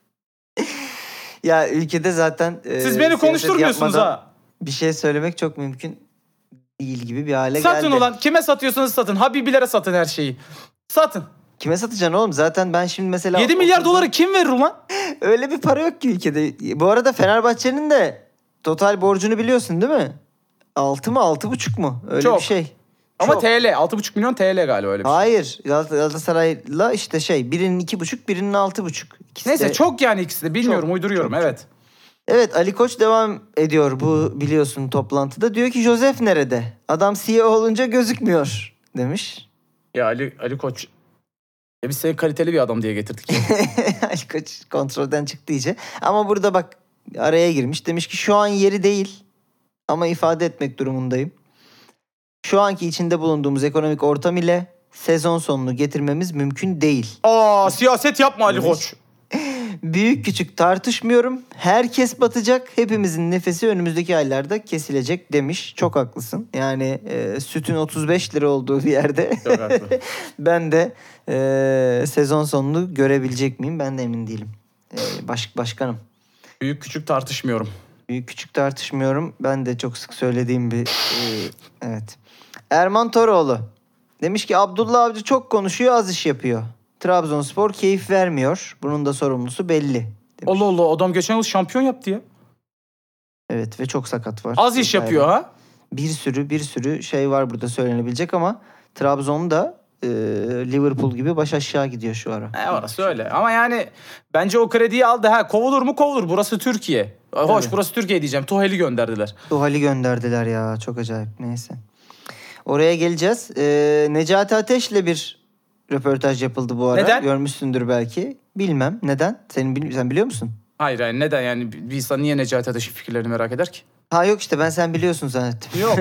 Ya ülkede zaten Siz beni siyaset konuşturmuyorsunuz yapmadan ha. bir şey söylemek çok mümkün değil gibi bir hale Satın geldi. ulan, kime satıyorsanız satın. Habibilere satın her şeyi. Satın. Kime satacaksın oğlum? Zaten ben şimdi mesela 7 milyar doları kim verir ulan? öyle bir para yok ki ülkede. Bu arada Fenerbahçe'nin de total borcunu biliyorsun değil mi? 6 mı 6,5 mu? Öyle Çok. bir şey. Ama Çok. TL 6,5 milyon TL galiba öyle bir şey. Hayır. Galatasaray'la işte birinin 2,5 birinin 6,5. İkisi Neyse de... çok yani ikisi de bilmiyorum, Çok, uyduruyorum çok, evet. Evet, Ali Koç devam ediyor bu biliyorsun toplantıda. Diyor ki Josef nerede? Adam CEO olunca gözükmüyor demiş. Ya Ali Koç. Biz seni kaliteli bir adam diye getirdik. Ali Koç kontrolden çıktı iyice. Ama burada bak araya girmiş. Demiş ki şu an yeri değil ama ifade etmek durumundayım. Şu anki içinde bulunduğumuz ekonomik ortam ile sezon sonunu getirmemiz mümkün değil. Siyaset yapma Ali Koç. Büyük küçük tartışmıyorum. Herkes batacak. Hepimizin nefesi önümüzdeki aylarda kesilecek demiş. Çok haklısın. Yani sütün 35 lira olduğu bir yerde Çok haklı. ben de sezon sonunu görebilecek miyim? Ben de emin değilim. Başkanım. Büyük küçük tartışmıyorum. Büyük küçük tartışmıyorum. Ben de çok sık söylediğim bir evet. Erman Toroğlu demiş ki Abdullah Avcı çok konuşuyor, az iş yapıyor. Trabzonspor keyif vermiyor. Bunun da sorumlusu belli demiş. Allah Allah, adam geçen yıl şampiyon yaptı ya. Evet ve çok sakat var. Az iş yapıyor ha. Bir sürü şey var burada söylenebilecek ama Trabzon'da Liverpool gibi baş aşağı gidiyor şu ara. Orası öyle. Ama yani bence o krediyi aldı. Kovulur mu kovulur. Burası Türkiye. Hoş Evet. burası Türkiye diyeceğim. Tuhel'i gönderdiler. Tuhal'i gönderdiler ya. Çok acayip. Neyse. Oraya geleceğiz. Necati Ateş'le bir röportaj yapıldı bu ara. Neden? Görmüşsündür belki. Bilmem. Neden? Sen biliyor musun? Hayır yani neden yani bir insan niye Necati Ateş'in fikirlerini merak eder ki? Ha yok işte sen biliyorsun zannettim. Yok.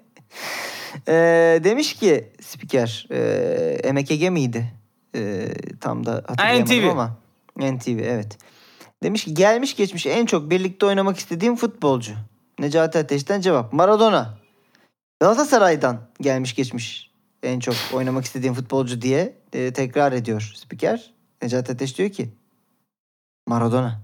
Demiş ki spiker Emek Ege miydi? Tam da hatırlayamadım NTV. ama. NTV evet. Demiş ki gelmiş geçmiş en çok birlikte oynamak istediğim futbolcu. Necati Ateş'ten cevap. Maradona. Galatasaray'dan gelmiş geçmiş en çok oynamak istediğim futbolcu diye tekrar ediyor spiker. Necati Ateş diyor ki Maradona.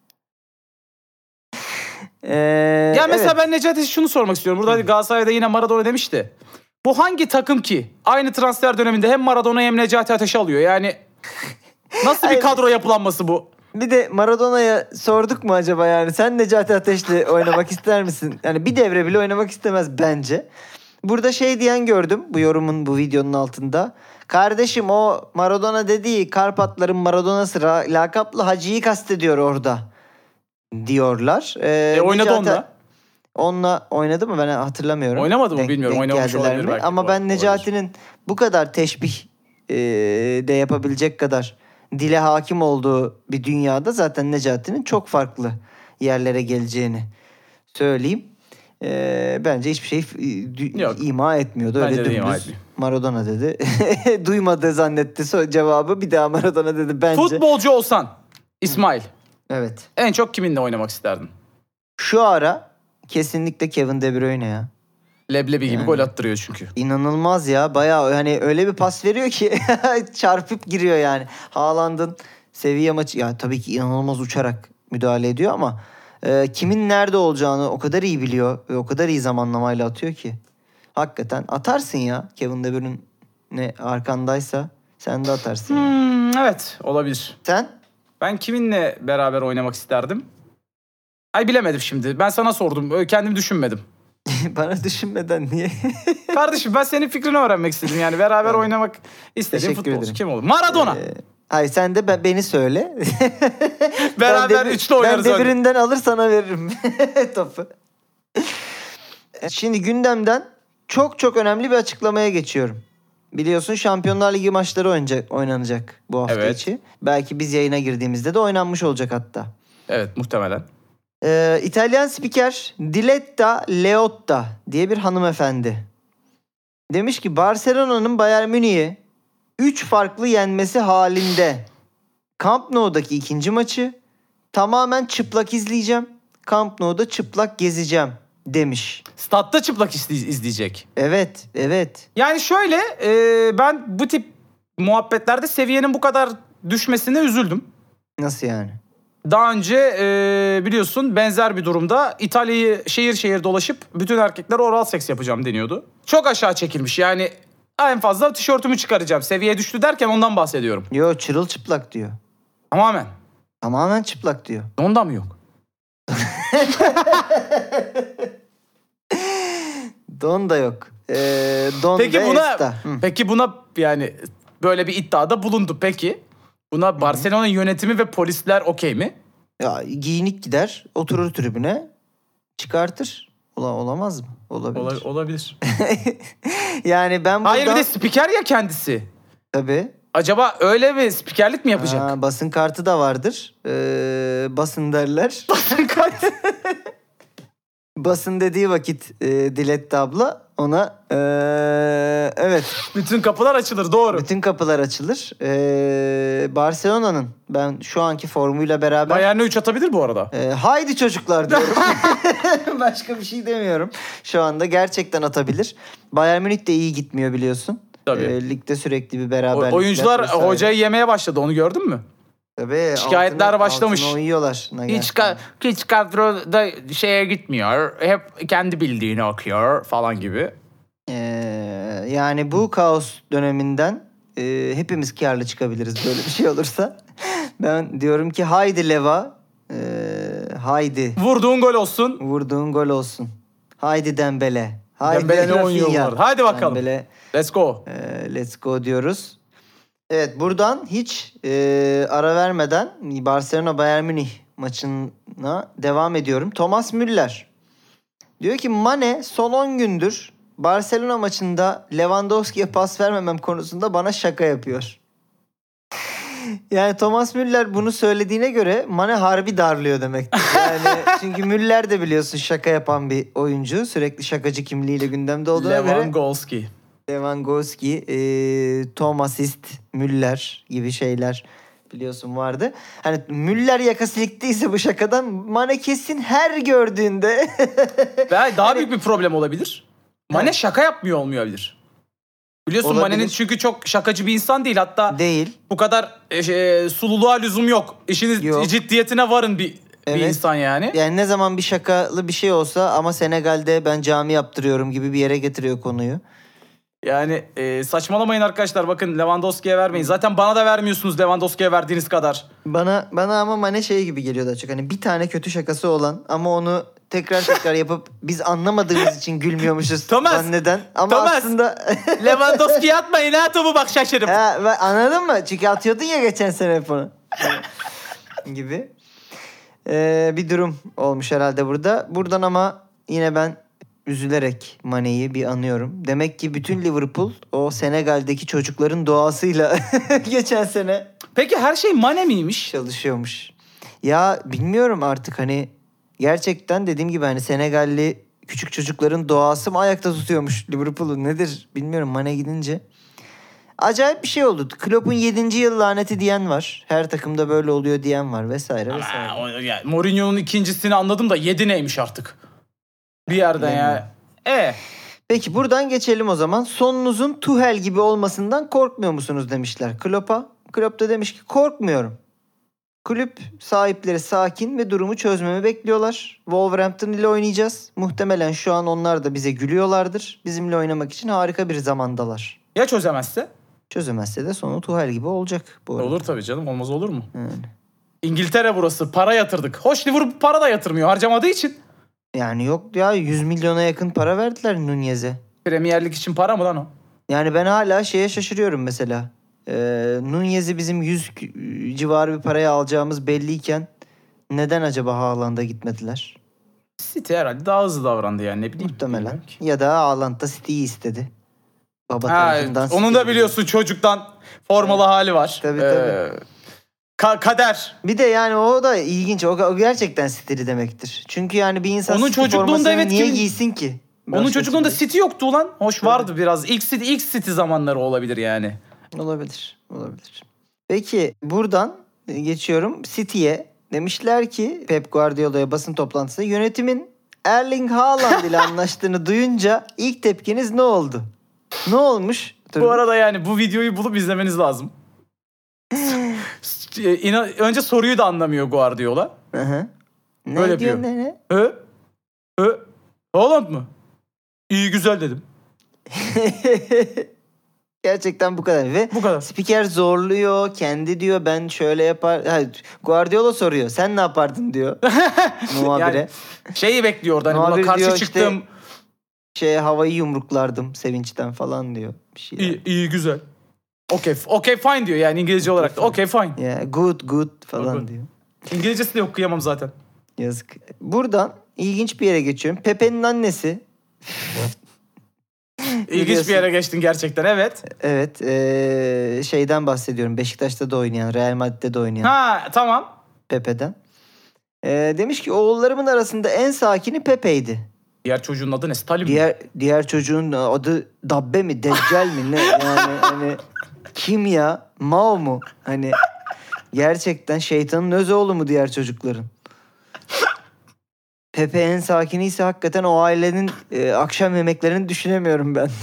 Ya mesela evet. ben Necati Ateş'e şunu sormak istiyorum. Burada Galatasaray'da yine Maradona demişti. Bu hangi takım ki aynı transfer döneminde hem Maradona hem Necati Ateş'i alıyor? Yani nasıl bir Hayır. kadro yapılanması bu? Bir de Maradona'ya sorduk mu acaba yani sen Necati Ateş'le oynamak ister misin? Yani bir devre bile oynamak istemez bence. Burada şey diyen gördüm bu yorumun bu videonun altında. Kardeşim o Maradona dediği Karpatların Maradona'sı lakaplı Hacı'yı kastediyor orada diyorlar. Oynadı onda. Onunla oynadı mı ben hatırlamıyorum. Oynamadı mı bilmiyorum. Oynamış geldiler olabilir mi? belki. Ama ben Olabilir. Necati'nin bu kadar teşbih de yapabilecek kadar dile hakim olduğu bir dünyada zaten Necati'nin çok farklı yerlere geleceğini söyleyeyim. Bence hiçbir şey Yok. ima etmiyordu. Bence Öyle de ima dümdüz etmiyor. Maradona dedi. Duymadı zannetti cevabı. Bir daha Maradona dedi bence. Futbolcu olsan İsmail Evet. en çok kiminle oynamak isterdin? Şu ara kesinlikle Kevin De Bruyne ya. Leblebi gibi Yani. gol attırıyor çünkü. İnanılmaz ya. Bayağı hani öyle bir pas veriyor ki çarpıp giriyor yani. Haaland'ın seviye maçı ya tabii ki inanılmaz uçarak müdahale ediyor ama kimin nerede olacağını o kadar iyi biliyor ve o kadar iyi zamanlamayla atıyor ki. Hakikaten atarsın ya. Kevin De Bruyne arkandaysa sen de atarsın. Evet olabilir. Sen? Ben kiminle beraber oynamak isterdim? Ay bilemedim şimdi. Ben sana sordum. Kendim düşünmedim. Bana düşünmeden niye? Kardeşim ben senin fikrini öğrenmek istedim. Yani beraber oynamak istediğim Teşekkür futbolcu ederim. kim olur? Maradona. Hayır sen de beni söyle. Beraber üçlü oynarız. Ben De Bruyne'den alır sana veririm topu. Şimdi gündemden çok çok önemli bir açıklamaya geçiyorum. biliyorsun Şampiyonlar Ligi maçları oynanacak bu hafta Evet. içi. Belki biz yayına girdiğimizde de oynanmış olacak hatta. Evet, muhtemelen. İtalyan spiker Diletta Leotta diye bir hanımefendi. Demiş ki Barcelona'nın Bayern Münih'i 3 farklı yenmesi halinde Camp Nou'daki ikinci maçı tamamen çıplak izleyeceğim. Camp Nou'da çıplak gezeceğim demiş. Statta çıplak izleyecek. Evet. Yani şöyle ben bu tip muhabbetlerde seviyenin bu kadar düşmesine üzüldüm. Nasıl yani? Daha önce biliyorsun benzer bir durumda İtalya'yı şehir şehir dolaşıp bütün erkeklere oral seks yapacağım deniyordu. Çok aşağı çekilmiş yani en fazla tişörtümü çıkaracağım. Seviye düştü derken ondan bahsediyorum. Yo çırılçıplak diyor. Tamamen. Tamamen çıplak diyor. Ondan mı yok? Don da yok. Don Peki ve buna Esta. peki buna yani böyle bir iddiada bulundu peki. Buna Barcelona yönetimi ve polisler okey mi? Ya giyinik gider, oturur tribüne, çıkartır. Olamaz mı? Olabilir. Olabilir. Yani ben buradan... Hayır bir de spiker ya kendisi. Tabii. Acaba öyle mi spikerlik mi yapacak? Basın kartı da vardır. Basın derler. Basın kartı. Basın dediği vakit Diletta abla ona evet. Bütün kapılar açılır doğru. Bütün kapılar açılır. Barcelona'nın ben şu anki formuyla beraber... Bayern'e 3 atabilir bu arada. Haydi çocuklar diyorum. Başka bir şey demiyorum. Şu anda gerçekten atabilir. Bayern Münih de iyi gitmiyor biliyorsun. Tabii. Ligde sürekli bir beraberlik. Oyuncular hocayı yemeye başladı onu gördün mü? Tabii. Şikayetler başlamış. Altına uyuyorlar. Hiç kadroda şeye gitmiyor. Hep kendi bildiğini okuyor falan gibi. Yani bu kaos döneminden hepimiz kârlı çıkabiliriz böyle bir şey olursa. Ben diyorum ki haydi Leva. Haydi. Vurduğun gol olsun. Vurduğun gol olsun. Haydi Dembele. Haydi Dembele ne oynuyor bu arada? Haydi bakalım. Dembele, Let's go. let's go diyoruz. Evet buradan hiç ara vermeden Barcelona Bayern Münih maçına devam ediyorum. Thomas Müller diyor ki Mane son 10 gündür Barcelona maçında Lewandowski'ye pas vermemem konusunda bana şaka yapıyor. Yani Thomas Müller bunu söylediğine göre Mane harbi darlıyor demektir. Yani çünkü Müller de biliyorsun şaka yapan bir oyuncu. Sürekli şakacı kimliğiyle gündemde olduğuna göre. Lewandowski, Tom Assist, Müller gibi şeyler biliyorsun vardı. Hani Müller yaka siliktiyse bu şakadan Mane kesin her gördüğünde. Daha büyük bir problem olabilir. Mane şaka yapmıyor olmayabilir. Biliyorsun Olabilir. Mane'nin çünkü çok şakacı bir insan değil. Hatta değil. bu kadar sululuğa lüzum yok. İşiniz Yok. ciddiyetine varın bir insan yani. Yani ne zaman bir şakalı bir şey olsa ama Senegal'de ben cami yaptırıyorum gibi bir yere getiriyor konuyu. Yani saçmalamayın arkadaşlar. Bakın Lewandowski'ye vermeyin. Zaten bana da vermiyorsunuz Lewandowski'ye verdiğiniz kadar. Bana ama Mane şey gibi geliyor da çok. Hani bir tane kötü şakası olan ama onu tekrar yapıp biz anlamadığımız için gülmüyormuşuz. Thomas, neden? Ama Thomas. aslında Lewandowski'ye atmayın ha topu bak şaşırıp. anladın mı? Çünkü atıyordun ya geçen sene hep onu. gibi. Bir durum olmuş herhalde burada. Buradan ama yine ben üzülerek Mane'yi bir anıyorum. Demek ki bütün Liverpool o Senegal'deki çocukların doğasıyla geçen sene Peki her şey Mane miymiş? çalışıyormuş. Ya bilmiyorum artık hani gerçekten dediğim gibi hani Senegalli küçük çocukların doğası mı ayakta tutuyormuş Liverpool'u nedir bilmiyorum Mane gidince. Acayip bir şey oldu. Klopp'un 7. yıl laneti diyen var. Her takımda böyle oluyor diyen var vesaire. Yani Mourinho'nun ikincisini anladım da 7 neymiş artık? Bir yerden ya. Peki buradan geçelim o zaman. Sonunuzun Tuchel gibi olmasından korkmuyor musunuz demişler Klopp'a. Klopp da demiş ki korkmuyorum. Kulüp sahipleri sakin ve durumu çözmemi bekliyorlar. Wolverhampton ile oynayacağız. Muhtemelen şu an onlar da bize gülüyorlardır. Bizimle oynamak için harika bir zamandalar. Ya çözemezse? Çözemezse de sonu Tuchel gibi olacak bu arada. Olur tabii canım. Olmaz olur mu? Yani. İngiltere burası. Para yatırdık. Hoş Liverpool para da yatırmıyor harcamadığı için. Yani yok ya 100 milyona yakın para verdiler Nunez'e. Premier Lig için para mı lan o? Yani ben hala şeye şaşırıyorum mesela. Nunez'i bizim 100 civarı bir paraya alacağımız belliyken neden acaba Haaland'a gitmediler? City herhalde daha hızlı davrandı yani ne bileyim. Muhtemelen. Bilmiyorum ki. Ya da Haaland da City'yi istedi. Baba Ha, tarafından onun da sikildi. biliyorsun çocuktan formalı hali var. Tabii. Kader. Bir de yani o da ilginç. O gerçekten stili demektir. Çünkü yani bir insan Onun City çocukluğunda formasını evet, niye kimin- giysin ki? Onun Başka çocukluğunda türlü. City yoktu ulan. Hoş Tabii. vardı biraz. İlk City zamanları olabilir yani. Olabilir. Peki buradan geçiyorum City'ye. Demişler ki Pep Guardiola'ya basın toplantısında yönetimin Erling Haaland ile anlaştığını duyunca ilk tepkiniz ne oldu? Ne olmuş? Bu arada yani bu videoyu bulup izlemeniz lazım. Önce soruyu da anlamıyor Guardiola. Hı. Ne Öyle diyor yapıyor. ne? Haaland mı? İyi güzel dedim. Gerçekten bu kadar ve Bu kadar. spiker zorluyor, kendi diyor ben şöyle yapar. Ha, Guardiola soruyor. Sen ne yapardın diyor muhabire. Yani şeyi bekliyor orada. Hani buna Muhabir karşı diyor çıktım. Havayı yumruklardım sevinçten falan diyor. Bir şey. İyi güzel. Okay fine diyor yani İngilizce olarak da. Okay fine. Ya good falan Good. diyor. İngilizcesi de yok, kıyamam zaten. Yazık. Buradan ilginç bir yere geçiyorum. Pepe'nin annesi. İlginç bir yere geçtin gerçekten, evet. Evet. Şeyden bahsediyorum. Beşiktaş'ta da oynayan, Real Madrid'de de oynayan Ha tamam. Pepe'den. Demiş ki oğullarımın arasında en sakini Pepe'ydi. Diğer çocuğun adı ne? Stalin mi? Diğer çocuğun adı Dabbe mi? Deccal mi? Ne? Yani hani kim ya? Mao mu? Hani gerçekten şeytanın öz oğlu mu diğer çocukların? Pepe en sakini ise hakikaten o ailenin akşam yemeklerini düşünemiyorum ben.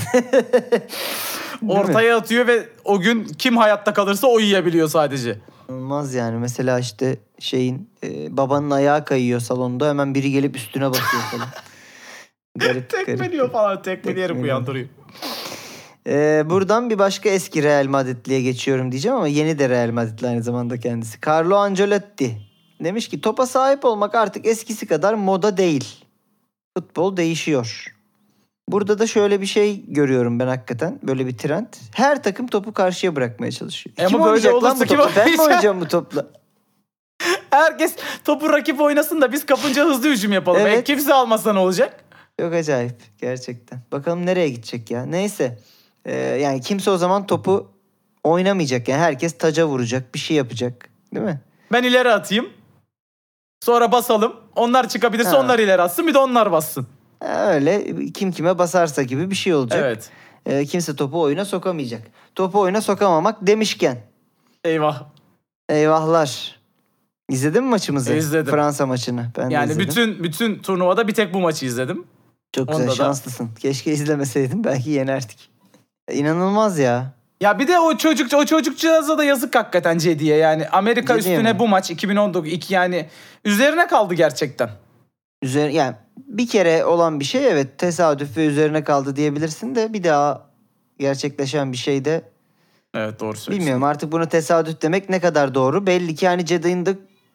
Ortaya atıyor ve o gün kim hayatta kalırsa o yiyebiliyor sadece. Olmaz yani. Mesela işte babanın ayağı kayıyor salonda. Hemen biri gelip üstüne basıyor falan. Garip. Tekmeliyor falan. Tekmeleyerek uyandırıyor. Buradan bir başka eski Real Madridli'ye geçiyorum diyeceğim ama yeni de Real Madridli aynı zamanda kendisi. Carlo Ancelotti. Demiş ki topa sahip olmak artık eskisi kadar moda değil. Futbol değişiyor. Burada da şöyle bir şey görüyorum ben hakikaten. Böyle bir trend. Her takım topu karşıya bırakmaya çalışıyor. Ama Kim böyle oynayacak lan olursa bu kim topla? Ben mi oynayacak? oynayacağım bu topla? Herkes topu rakip oynasın da biz kapınca hızlı hücum yapalım. Evet. Kimse almasa ne olacak? Çok acayip gerçekten. Bakalım nereye gidecek ya. Neyse. Yani kimse o zaman topu oynamayacak. Yani herkes taca vuracak. Bir şey yapacak. Değil mi? Ben ileri atayım. Sonra basalım. Onlar çıkabilirse Ha. onlar ileri atsın. Bir de onlar bassın. Öyle kim kime basarsa gibi bir şey olacak. Evet. Kimse topu oyuna sokamayacak. Topu oyuna sokamamak demişken. Eyvah. Eyvahlar. İzledin mi maçımızı? İzledim. Fransa maçını. Ben de Yani izledim. bütün turnuvada bir tek bu maçı izledim. Çok güzel, onda da- şanslısın. Keşke izlemeseydim. Belki yenerdik. İnanılmaz ya. Ya bir de o çocukcağıza da yazık hakikaten Cedi'ye. Yani Amerika Cedi'ye üstüne mi? bu maç 2019 yani üzerine kaldı gerçekten. Yani bir kere olan bir şey evet tesadüf ve üzerine kaldı diyebilirsin de bir daha gerçekleşen bir şey de Evet, doğru söylüyorsun. bilmiyorum artık buna tesadüf demek ne kadar doğru. Belli ki hani Jedi mı?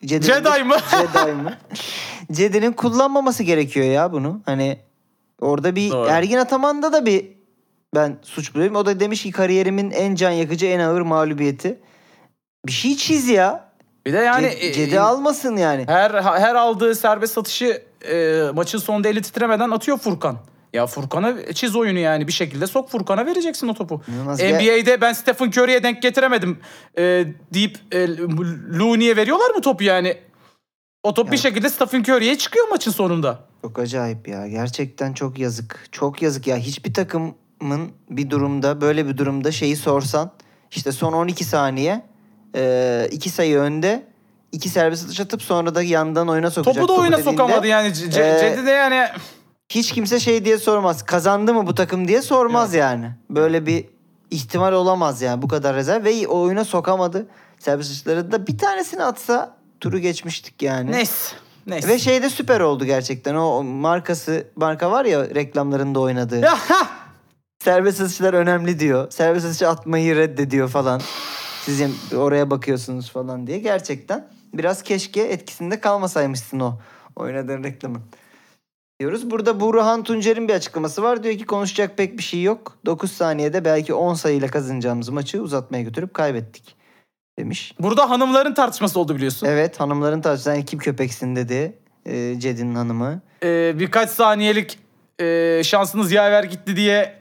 Jedi mı? Jedi'nin kullanmaması gerekiyor ya bunu. Hani orada bir Doğru. Ergin Ataman'da da bir ben suç buluyorum. O da demiş ki kariyerimin en can yakıcı en ağır mağlubiyeti. Bir şey çiz ya. Bir de yani Jedi almasın yani. her aldığı serbest atışı maçın sonunda eli titremeden atıyor Furkan. Ya Furkan'a çiz oyunu yani bir şekilde sok, Furkan'a vereceksin o topu. İnanılmaz. NBA'de ben Stephen Curry'e denk getiremedim deyip Looney'e veriyorlar mı topu yani? O top bir şekilde Stephen Curry'e çıkıyor maçın sonunda. Çok acayip ya. Gerçekten çok yazık. Çok yazık ya. Hiçbir takımın böyle bir durumda şeyi sorsan işte son 12 saniye 2 sayı önde 2 serbest atış atıp sonra da yandan oyuna sokacak. Topu da oyuna dediğinde, sokamadı yani. Cedi de yani hiç kimse şey diye sormaz. Kazandı mı bu takım diye sormaz yani. Böyle bir ihtimal olamaz yani. Bu kadar rezerv ve o oyuna sokamadı. Serbest atışları da bir tanesini atsa turu geçmiştik yani. neyse. Ve şey de süper oldu gerçekten. O marka var ya reklamlarında oynadığı. Serbest atışlar önemli diyor. Serbest atışı atmayı reddediyor falan. Sizin oraya bakıyorsunuz falan diye. Gerçekten biraz keşke etkisinde kalmasaymışsın o oynadığın reklamın. Diyoruz. Burada Burhan Tuncer'in bir açıklaması var. Diyor ki konuşacak pek bir şey yok. 9 saniyede belki 10 sayıyla kazanacağımız maçı uzatmaya götürüp kaybettik demiş. Burada hanımların tartışması oldu biliyorsun. Evet, hanımların tartışması. Sen kim köpeksin dedi Cedi'nin hanımı. Birkaç saniyelik şansınız yaver gitti diye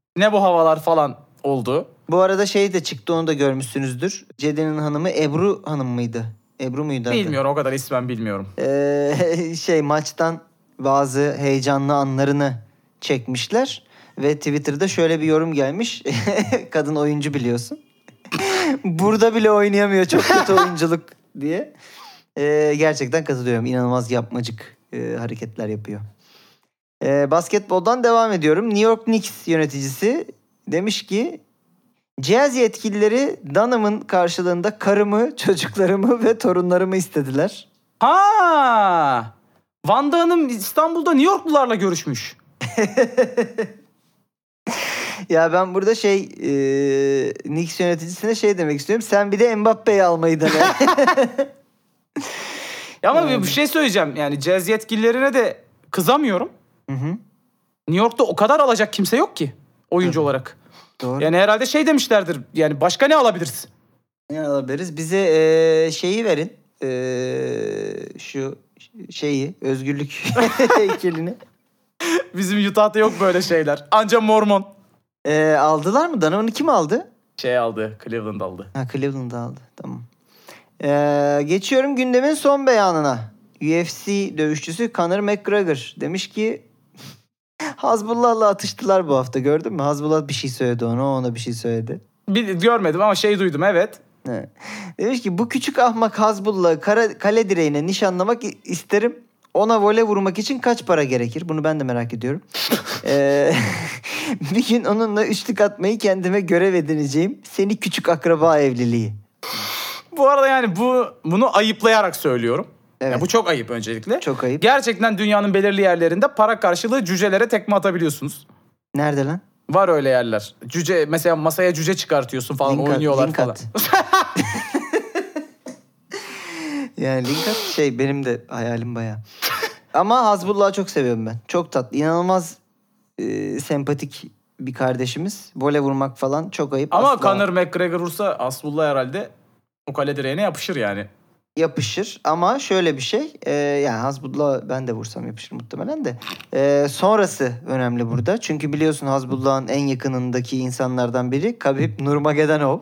ne bu havalar falan oldu. Bu arada şey de çıktı, onu da görmüşsünüzdür. Cede'nin hanımı Ebru Hanım mıydı? Ebru muydu adı? Bilmiyorum, o kadar ismen bilmiyorum. Maçtan bazı heyecanlı anlarını çekmişler. Ve Twitter'da şöyle bir yorum gelmiş. Kadın oyuncu biliyorsun. Burada bile oynayamıyor, çok kötü oyunculuk diye. Gerçekten katılıyorum. İnanılmaz yapmacık hareketler yapıyor. Basketboldan devam ediyorum. New York Knicks yöneticisi demiş ki Jazz yetkilileri Dunham'ın karşılığında karımı, çocuklarımı ve torunlarımı istediler. Ha! Van Hanım İstanbul'da New Yorklularla görüşmüş. Ya ben burada Knicks yöneticisine şey demek istiyorum. Sen bir de Mbappe'yi almayı dene. Ya ama bir şey söyleyeceğim. Yani Jazz yetkililerine de kızamıyorum. Hı hı. New York'ta o kadar alacak kimse yok ki oyuncu olarak. Doğru. Yani herhalde şey demişlerdir. Yani başka ne alabiliriz? Ne alabiliriz? Bize şeyi verin. Şu şeyi, özgürlük heykelini. Bizim Utah'ta yok böyle şeyler. Anca Mormon. Aldılar mı? Dunham'ını kim aldı? Şey aldı. Cleveland aldı. Ha, Cleveland aldı. Tamam. Geçiyorum gündemin son beyanına. UFC dövüşçüsü Conor McGregor demiş ki Hasbullah'la atıştılar bu hafta, gördün mü? Hasbullah bir şey söyledi ona bir şey söyledi. Görmedim ama şey duydum, evet. Evet. Demiş ki bu küçük ahmak Hasbullah'ı kale direğine nişanlamak isterim. Ona voley vurmak için kaç para gerekir? Bunu ben de merak ediyorum. Bir gün onunla üçlük atmayı kendime görev edineceğim. Seni küçük akraba evliliği. Bu arada yani bunu ayıplayarak söylüyorum. Evet. Yani bu çok ayıp öncelikle. Çok ayıp. Gerçekten dünyanın belirli yerlerinde para karşılığı cücelere tekme atabiliyorsunuz. Nerede lan? Var öyle yerler. Cüce mesela, masaya cüce çıkartıyorsun falan, oynuyorlar link falan. at. Yani link at benim de hayalim bayağı. Ama Hasbullah'ı çok seviyorum ben. Çok tatlı. İnanılmaz sempatik bir kardeşimiz. Voley vurmak falan çok ayıp. Ama asla Conor McGregor vursa Hasbullah herhalde o kale direğine yapışır yani. yapışır. Ama şöyle bir şey. Yani Hasbullah ben de vursam yapışır muhtemelen de. Sonrası önemli burada. Çünkü biliyorsun Hasbullah'ın en yakınındaki insanlardan biri Khabib Nurmagomedov.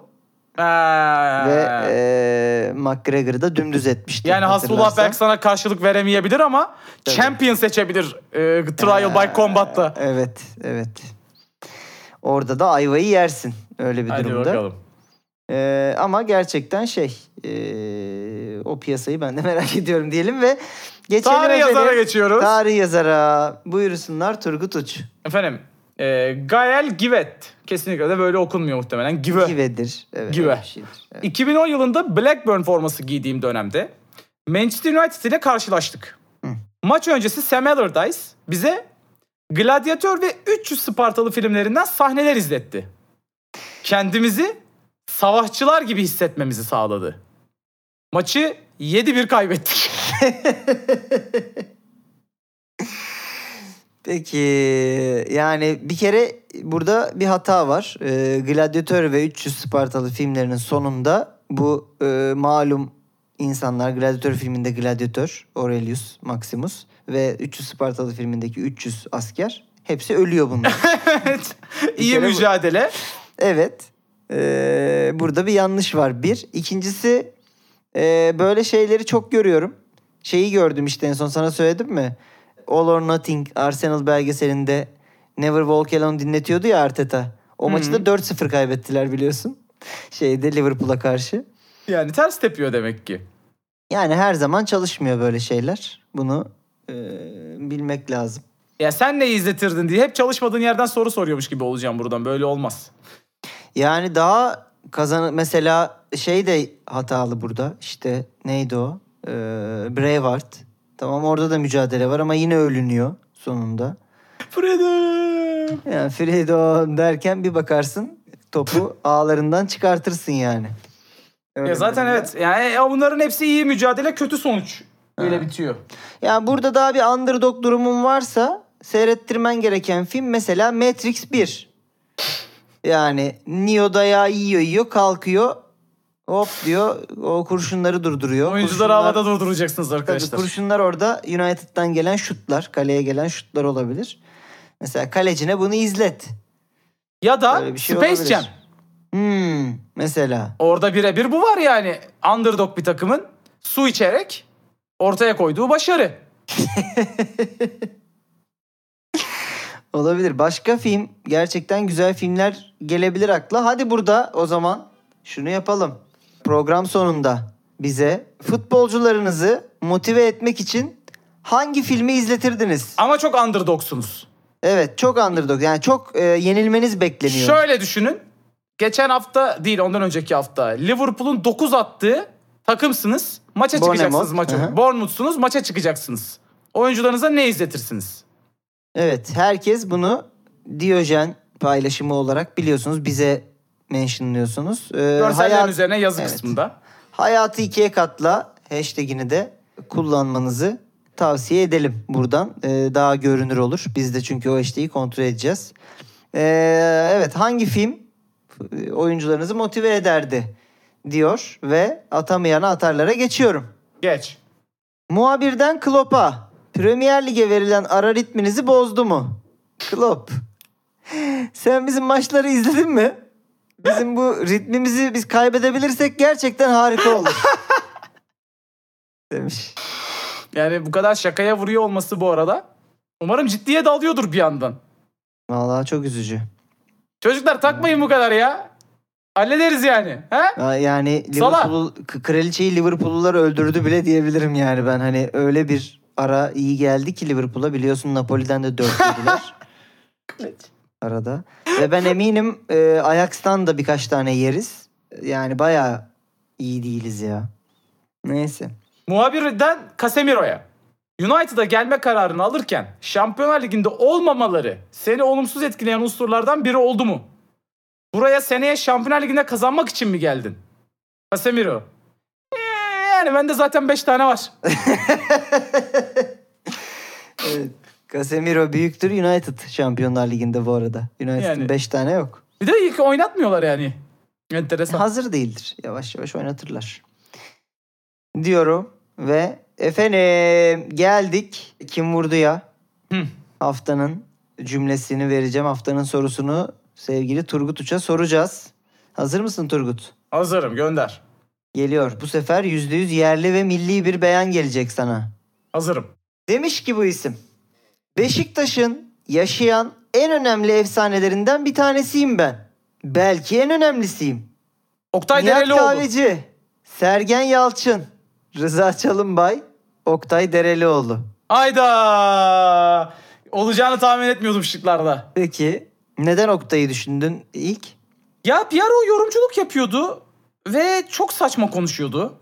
Ve McGregor'ı da dümdüz etmişti. Yani Hasbullah hatırlarsan. belki sana karşılık veremeyebilir ama Tabii. champion seçebilir trial by combat'ta. Evet. Orada da ayvayı yersin öyle bir Hadi durumda. bakalım. Ama gerçekten o piyasayı ben de merak ediyorum diyelim ve geçelim Tarih efendim. yazara geçiyoruz. Tarih yazara. Buyursunlar Turgut Uç. Efendim, Gael Givet. Kesinlikle de böyle okunmuyor muhtemelen. Give'dir. Evet, Give. öyle bir şeydir. Evet. 2010 yılında Blackburn forması giydiğim dönemde Manchester United ile karşılaştık. Hı. Maç öncesi Sam Allardyce bize Gladyatör ve 300 Spartalı filmlerinden sahneler izletti. Kendimizi savaşçılar gibi hissetmemizi sağladı. Maçı 7-1 kaybettik. Peki yani bir kere burada bir hata var. Gladyatör ve 300 Spartalı filmlerinin sonunda bu malum insanlar, Gladyatör filminde Gladyatör, Aurelius Maximus ve 300 Spartalı filmindeki 300 asker hepsi ölüyor bunlar. Evet. İyi kere mücadele. Evet. Burada bir yanlış var. Bir. İkincisi böyle şeyleri çok görüyorum. Şeyi gördüm işte en son sana söyledim mi? All or Nothing Arsenal belgeselinde Never Walk Alone dinletiyordu ya Arteta. O maçı da 4-0 kaybettiler biliyorsun. Liverpool'a karşı. Yani ters tepiyor demek ki. Yani her zaman çalışmıyor böyle şeyler. Bunu bilmek lazım. Ya sen neyi izletirdin diye hep çalışmadığın yerden soru soruyormuş gibi olacağım buradan. Böyle olmaz. Yani daha mesela de hatalı burada. İşte neydi o? Braveheart. Tamam, orada da mücadele var ama yine ölünüyor sonunda. Freedom. Yani freedom derken bir bakarsın topu ağlarından çıkartırsın yani. Öyle Ya zaten böyle. evet. Yani bunların hepsi iyi mücadele, kötü sonuç. Böyle bitiyor. Yani burada daha bir underdog durumun varsa seyrettirmen gereken film mesela Matrix 1. Yani Neo dayağı yiyor kalkıyor. Hop diyor, o kurşunları durduruyor. Oyuncuları havada durduracaksınız arkadaşlar. Tabii kurşunlar orada United'dan gelen şutlar, kaleye gelen şutlar olabilir. Mesela kalecine bunu izlet. Ya da Öyle bir şey Space olabilir. Jam. Mesela. Orada birebir bu var yani. Underdog bir takımın su içerek ortaya koyduğu başarı. Olabilir. Başka film, gerçekten güzel filmler gelebilir akla. Hadi burada o zaman şunu yapalım. Program sonunda bize futbolcularınızı motive etmek için hangi filmi izletirdiniz? Ama çok underdogsunuz. Evet, çok underdog. Yani çok yenilmeniz bekleniyor. Şöyle düşünün. Geçen hafta değil, ondan önceki hafta Liverpool'un 9 attığı takımsınız. Maça çıkacaksınız Bournemouth. maça. Hı hı. Bournemouth'sunuz, maça çıkacaksınız. Oyuncularınıza ne izletirsiniz? Evet, herkes bunu Diyojen paylaşımı olarak biliyorsunuz bize mentionlıyorsunuz. Görsellerin üzerine yazı Evet. kısmında. Hayatı ikiye katla hashtagini de kullanmanızı tavsiye edelim buradan. Daha görünür olur. Biz de çünkü o hashtag'i kontrol edeceğiz. Evet, hangi film oyuncularınızı motive ederdi diyor ve atamayana atarlara geçiyorum. Geç. Muhabirden Klopp'a Premier Lig'e verilen ara ritminizi bozdu mu? Klopp. Sen bizim maçları izledin mi? Bizim bu ritmimizi biz kaybedebilirsek gerçekten harika olur. Demiş. Yani bu kadar şakaya vuruyor olması bu arada. Umarım ciddiye de alıyordur bir yandan. Vallahi çok üzücü. Çocuklar takmayın bu kadar ya. Hallederiz yani. He? Yani Salah. kraliçeyi Liverpool'lular öldürdü bile diyebilirim yani ben. Hani öyle bir ara iyi geldi ki Liverpool'a, biliyorsun Napoli'den de 4 yediler. Arada. Ve ben eminim Ajax'tan da birkaç tane yeriz. Yani bayağı iyi değiliz ya. Neyse. Muhabirden Casemiro'ya. United'a gelme kararını alırken Şampiyonlar Ligi'nde olmamaları seni olumsuz etkileyen unsurlardan biri oldu mu? Buraya seneye Şampiyonlar Ligi'nde kazanmak için mi geldin? Casemiro. Yani bende zaten 5 tane var. Evet. Casemiro büyüktür United Şampiyonlar Ligi'nde bu arada. United'ın Yani. 5 tane yok. Bir de ilk oynatmıyorlar yani. Enteresan. Hazır değildir. Yavaş yavaş oynatırlar. Diyorum ve efendim geldik. Kim vurdu ya? Hı. Haftanın cümlesini vereceğim. Haftanın sorusunu sevgili Turgut Uç'a soracağız. Hazır mısın Turgut? Hazırım, gönder. Geliyor. Bu sefer %100 yerli ve milli bir beyan gelecek sana. Hazırım. Demiş ki bu isim. Beşiktaş'ın yaşayan en önemli efsanelerinden bir tanesiyim ben. Belki en önemlisiyim. Oktay Nihat Derelioğlu. Kahveci, Sergen Yalçın, Rıza Çalınbay, Oktay Derelioğlu. Ayda. Olacağını tahmin etmiyordum şıklarda. Peki neden Oktay'ı düşündün ilk? Ya bir ara o yorumculuk yapıyordu ve çok saçma konuşuyordu.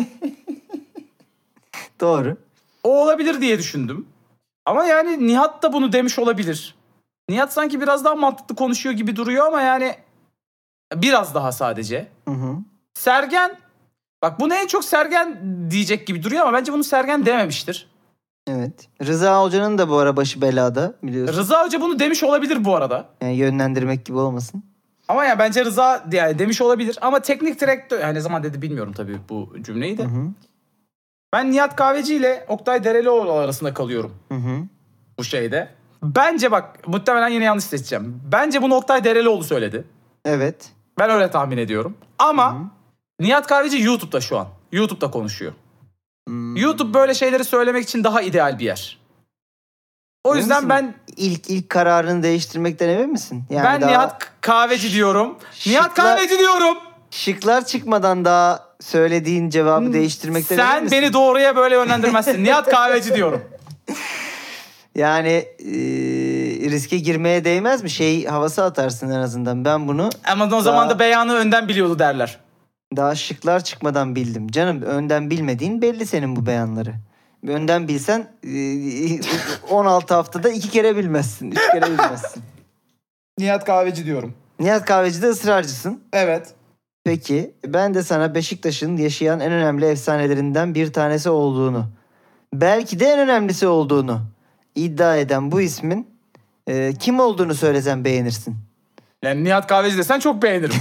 Doğru. O olabilir diye düşündüm. Ama yani Nihat da bunu demiş olabilir. Nihat sanki biraz daha mantıklı konuşuyor gibi duruyor ama yani biraz daha sadece. Hı hı. Sergen, bak bunu en çok Sergen diyecek gibi duruyor ama bence bunu Sergen dememiştir. Evet. Rıza Hoca'nın da bu ara başı belada biliyorsun. Rıza Hoca bunu demiş olabilir bu arada. Yani yönlendirmek gibi olmasın. Ama yani bence Rıza yani demiş olabilir. Ama teknik direktör, yani ne zaman dedi bilmiyorum tabii bu cümleyi de. Hı hı. Ben Nihat Kahveci ile Oktay Derelioğlu arasında kalıyorum Hı hı. bu şeyde. Bence bak, muhtemelen yine yanlış seçeceğim. Bence bunu Oktay Derelioğlu söyledi. Evet. Ben öyle tahmin ediyorum. Ama Nihat Kahveci YouTube'da şu an. YouTube'da konuşuyor. YouTube böyle şeyleri söylemek için daha ideal bir yer. O Emin yüzden misin? ben İlk kararını değiştirmekten emin misin? Yani ben daha Nihat Kahveci diyorum. Nihat şıklar- Kahveci diyorum. şıklar çıkmadan daha söylediğin cevabı değiştirmekten emin Sen misin? beni doğruya böyle yönlendirmezsin. Nihat Kahveci diyorum. Yani riske girmeye değmez mi? Havası atarsın en azından. Ben bunu Ama o zaman da beyanı önden biliyordu derler. daha şıklar çıkmadan bildim. Canım, önden bilmediğin belli senin bu beyanları. Önden bilsen 16 haftada 2 kere bilmezsin. 3 kere bilmezsin. Nihat Kahveci diyorum. Nihat Kahveci'de ısrarcısın. Evet. Peki ben de sana Beşiktaş'ın yaşayan en önemli efsanelerinden bir tanesi olduğunu, belki de en önemlisi olduğunu iddia eden bu ismin kim olduğunu söylesem beğenirsin. Yani Nihat Kahveci desen çok beğenirim.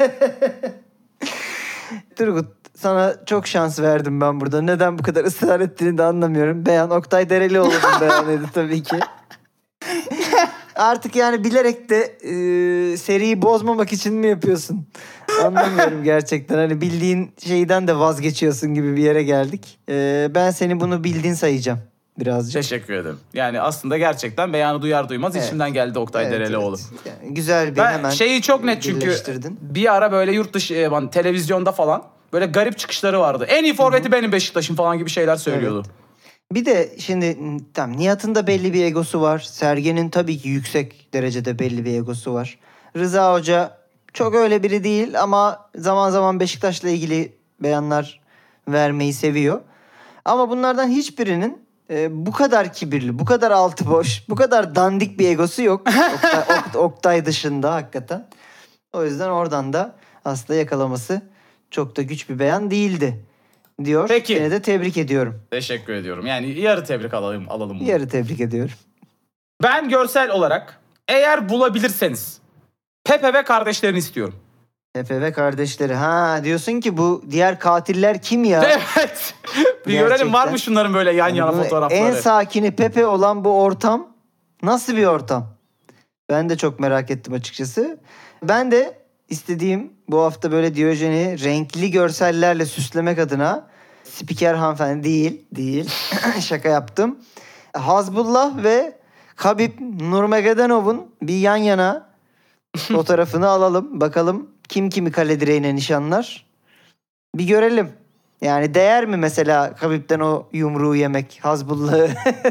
Turgut, sana çok şans verdim ben burada. Neden bu kadar ısrar ettiğini de anlamıyorum. Beyan Oktay Derelioğlu'nun beyanıydı tabii ki. Artık yani bilerek de seriyi bozmamak için mi yapıyorsun? Anlamıyorum gerçekten. Hani bildiğin şeyden de vazgeçiyorsun gibi bir yere geldik. Ben seni bunu bildiğin sayacağım birazcık. Teşekkür ederim. Yani aslında gerçekten beyanı duyar duymaz içimden geldi Oktay Derelioğlu. Yani güzel bir Ben hemen şeyi çok net çünkü birleştirdin. bir ara böyle yurt dışı televizyonda falan böyle garip çıkışları vardı. En iyi forveti benim Beşiktaş'ın falan gibi şeyler söylüyordu. Evet. Bir de şimdi tamam, Nihat'ın da belli bir egosu var. Sergen'in tabii ki yüksek derecede belli bir egosu var. Rıza Hoca çok öyle biri değil ama zaman zaman Beşiktaş'la ilgili beyanlar vermeyi seviyor. Ama bunlardan hiçbirinin bu kadar kibirli, bu kadar altı boş, bu kadar dandik bir egosu yok. Oktay dışında hakikaten. O yüzden oradan da aslında yakalaması çok da güç bir beyan değildi diyor. Peki. Seni de tebrik ediyorum. Teşekkür ediyorum. Yani yarı tebrik alalım bunu. Yarı tebrik ediyorum. Ben görsel olarak eğer bulabilirseniz Pepe ve kardeşlerini istiyorum. Pepe ve kardeşleri. Ha, diyorsun ki bu diğer katiller kim ya? Evet. Bir görelim var mı şunların böyle yan yana Yani bu fotoğrafları? en sakini Pepe olan bu ortam nasıl bir ortam? Ben de çok merak ettim açıkçası. Ben de istediğim bu hafta böyle Diyojen'i renkli görsellerle süslemek adına spiker hanımefendi değil. Şaka yaptım. Hazbullah ve Habib Nurmagomedov'un bir yan yana fotoğrafını alalım. Bakalım kim kimi kale direğine nişanlar. Bir görelim. Yani değer mi mesela Habib'den o yumruğu yemek, Hazbullah'ı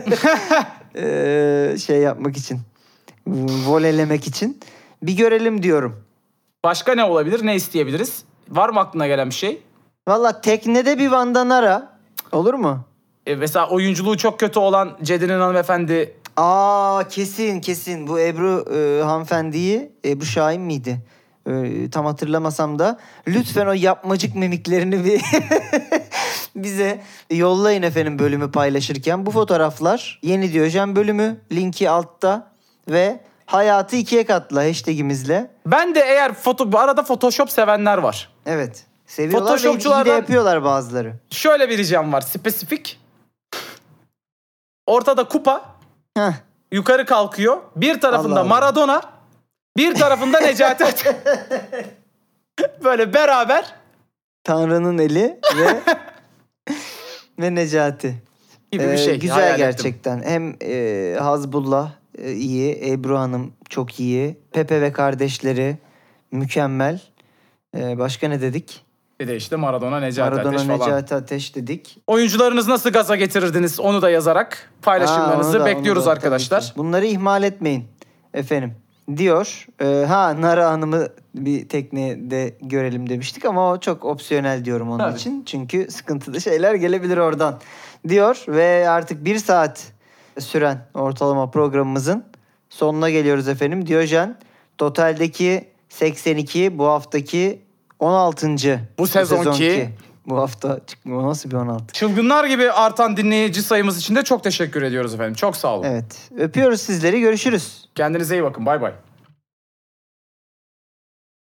şey yapmak için, volelemek için. Bir görelim diyorum. Başka ne olabilir? Ne isteyebiliriz? Var mı aklına gelen bir şey? Valla teknede bir Vandanara olur mu? Mesela oyunculuğu çok kötü olan Cedi'nin hanımefendi. Aa, kesin. Bu Ebru hanımefendiyi, Ebru Şahin miydi? Tam hatırlamasam da. Lütfen o yapmacık mimiklerini bir bize yollayın efendim bölümü paylaşırken. Bu fotoğraflar Yeni Diyojen bölümü. Linki altta ve hayatı ikiye katla hashtagimizle. Ben de eğer bu arada Photoshop sevenler var. Evet. Seviyorlar ve iyi de Photoshopçulardan yapıyorlar bazıları. şöyle bir ricam var spesifik. Ortada kupa Heh. yukarı kalkıyor. Bir tarafında Allah Allah. Maradona, bir tarafında Necati Ateş. Böyle beraber Tanrı'nın eli ve Necati. gibi bir şey. Güzel hayal ettim. gerçekten. Hem Hazbullah iyi, Ebru Hanım çok iyi. Pepe ve kardeşleri mükemmel. Başka ne dedik? Bir de işte Maradona, Necati Maradona, Ateş falan. Necati Ateş dedik. Oyuncularınız nasıl gaza getirirdiniz onu da yazarak paylaşımlarınızı Onu da, bekliyoruz tabii arkadaşlar. ki. Bunları ihmal etmeyin efendim. Diyor. Nara Hanım'ı bir teknede görelim demiştik ama o çok opsiyonel diyorum onun Tabii. için. Çünkü sıkıntılı şeyler gelebilir oradan. Diyor ve artık 1 saat süren ortalama programımızın sonuna geliyoruz efendim. Diyojen totaldeki 82, bu haftaki 16. Bu sezonki. Bu hafta çıkmıyor. Nasıl bir 16? Çılgınlar gibi artan dinleyici sayımız için de çok teşekkür ediyoruz efendim. Çok sağ olun. Evet. Öpüyoruz sizleri. Görüşürüz. Kendinize iyi bakın. Bay bay.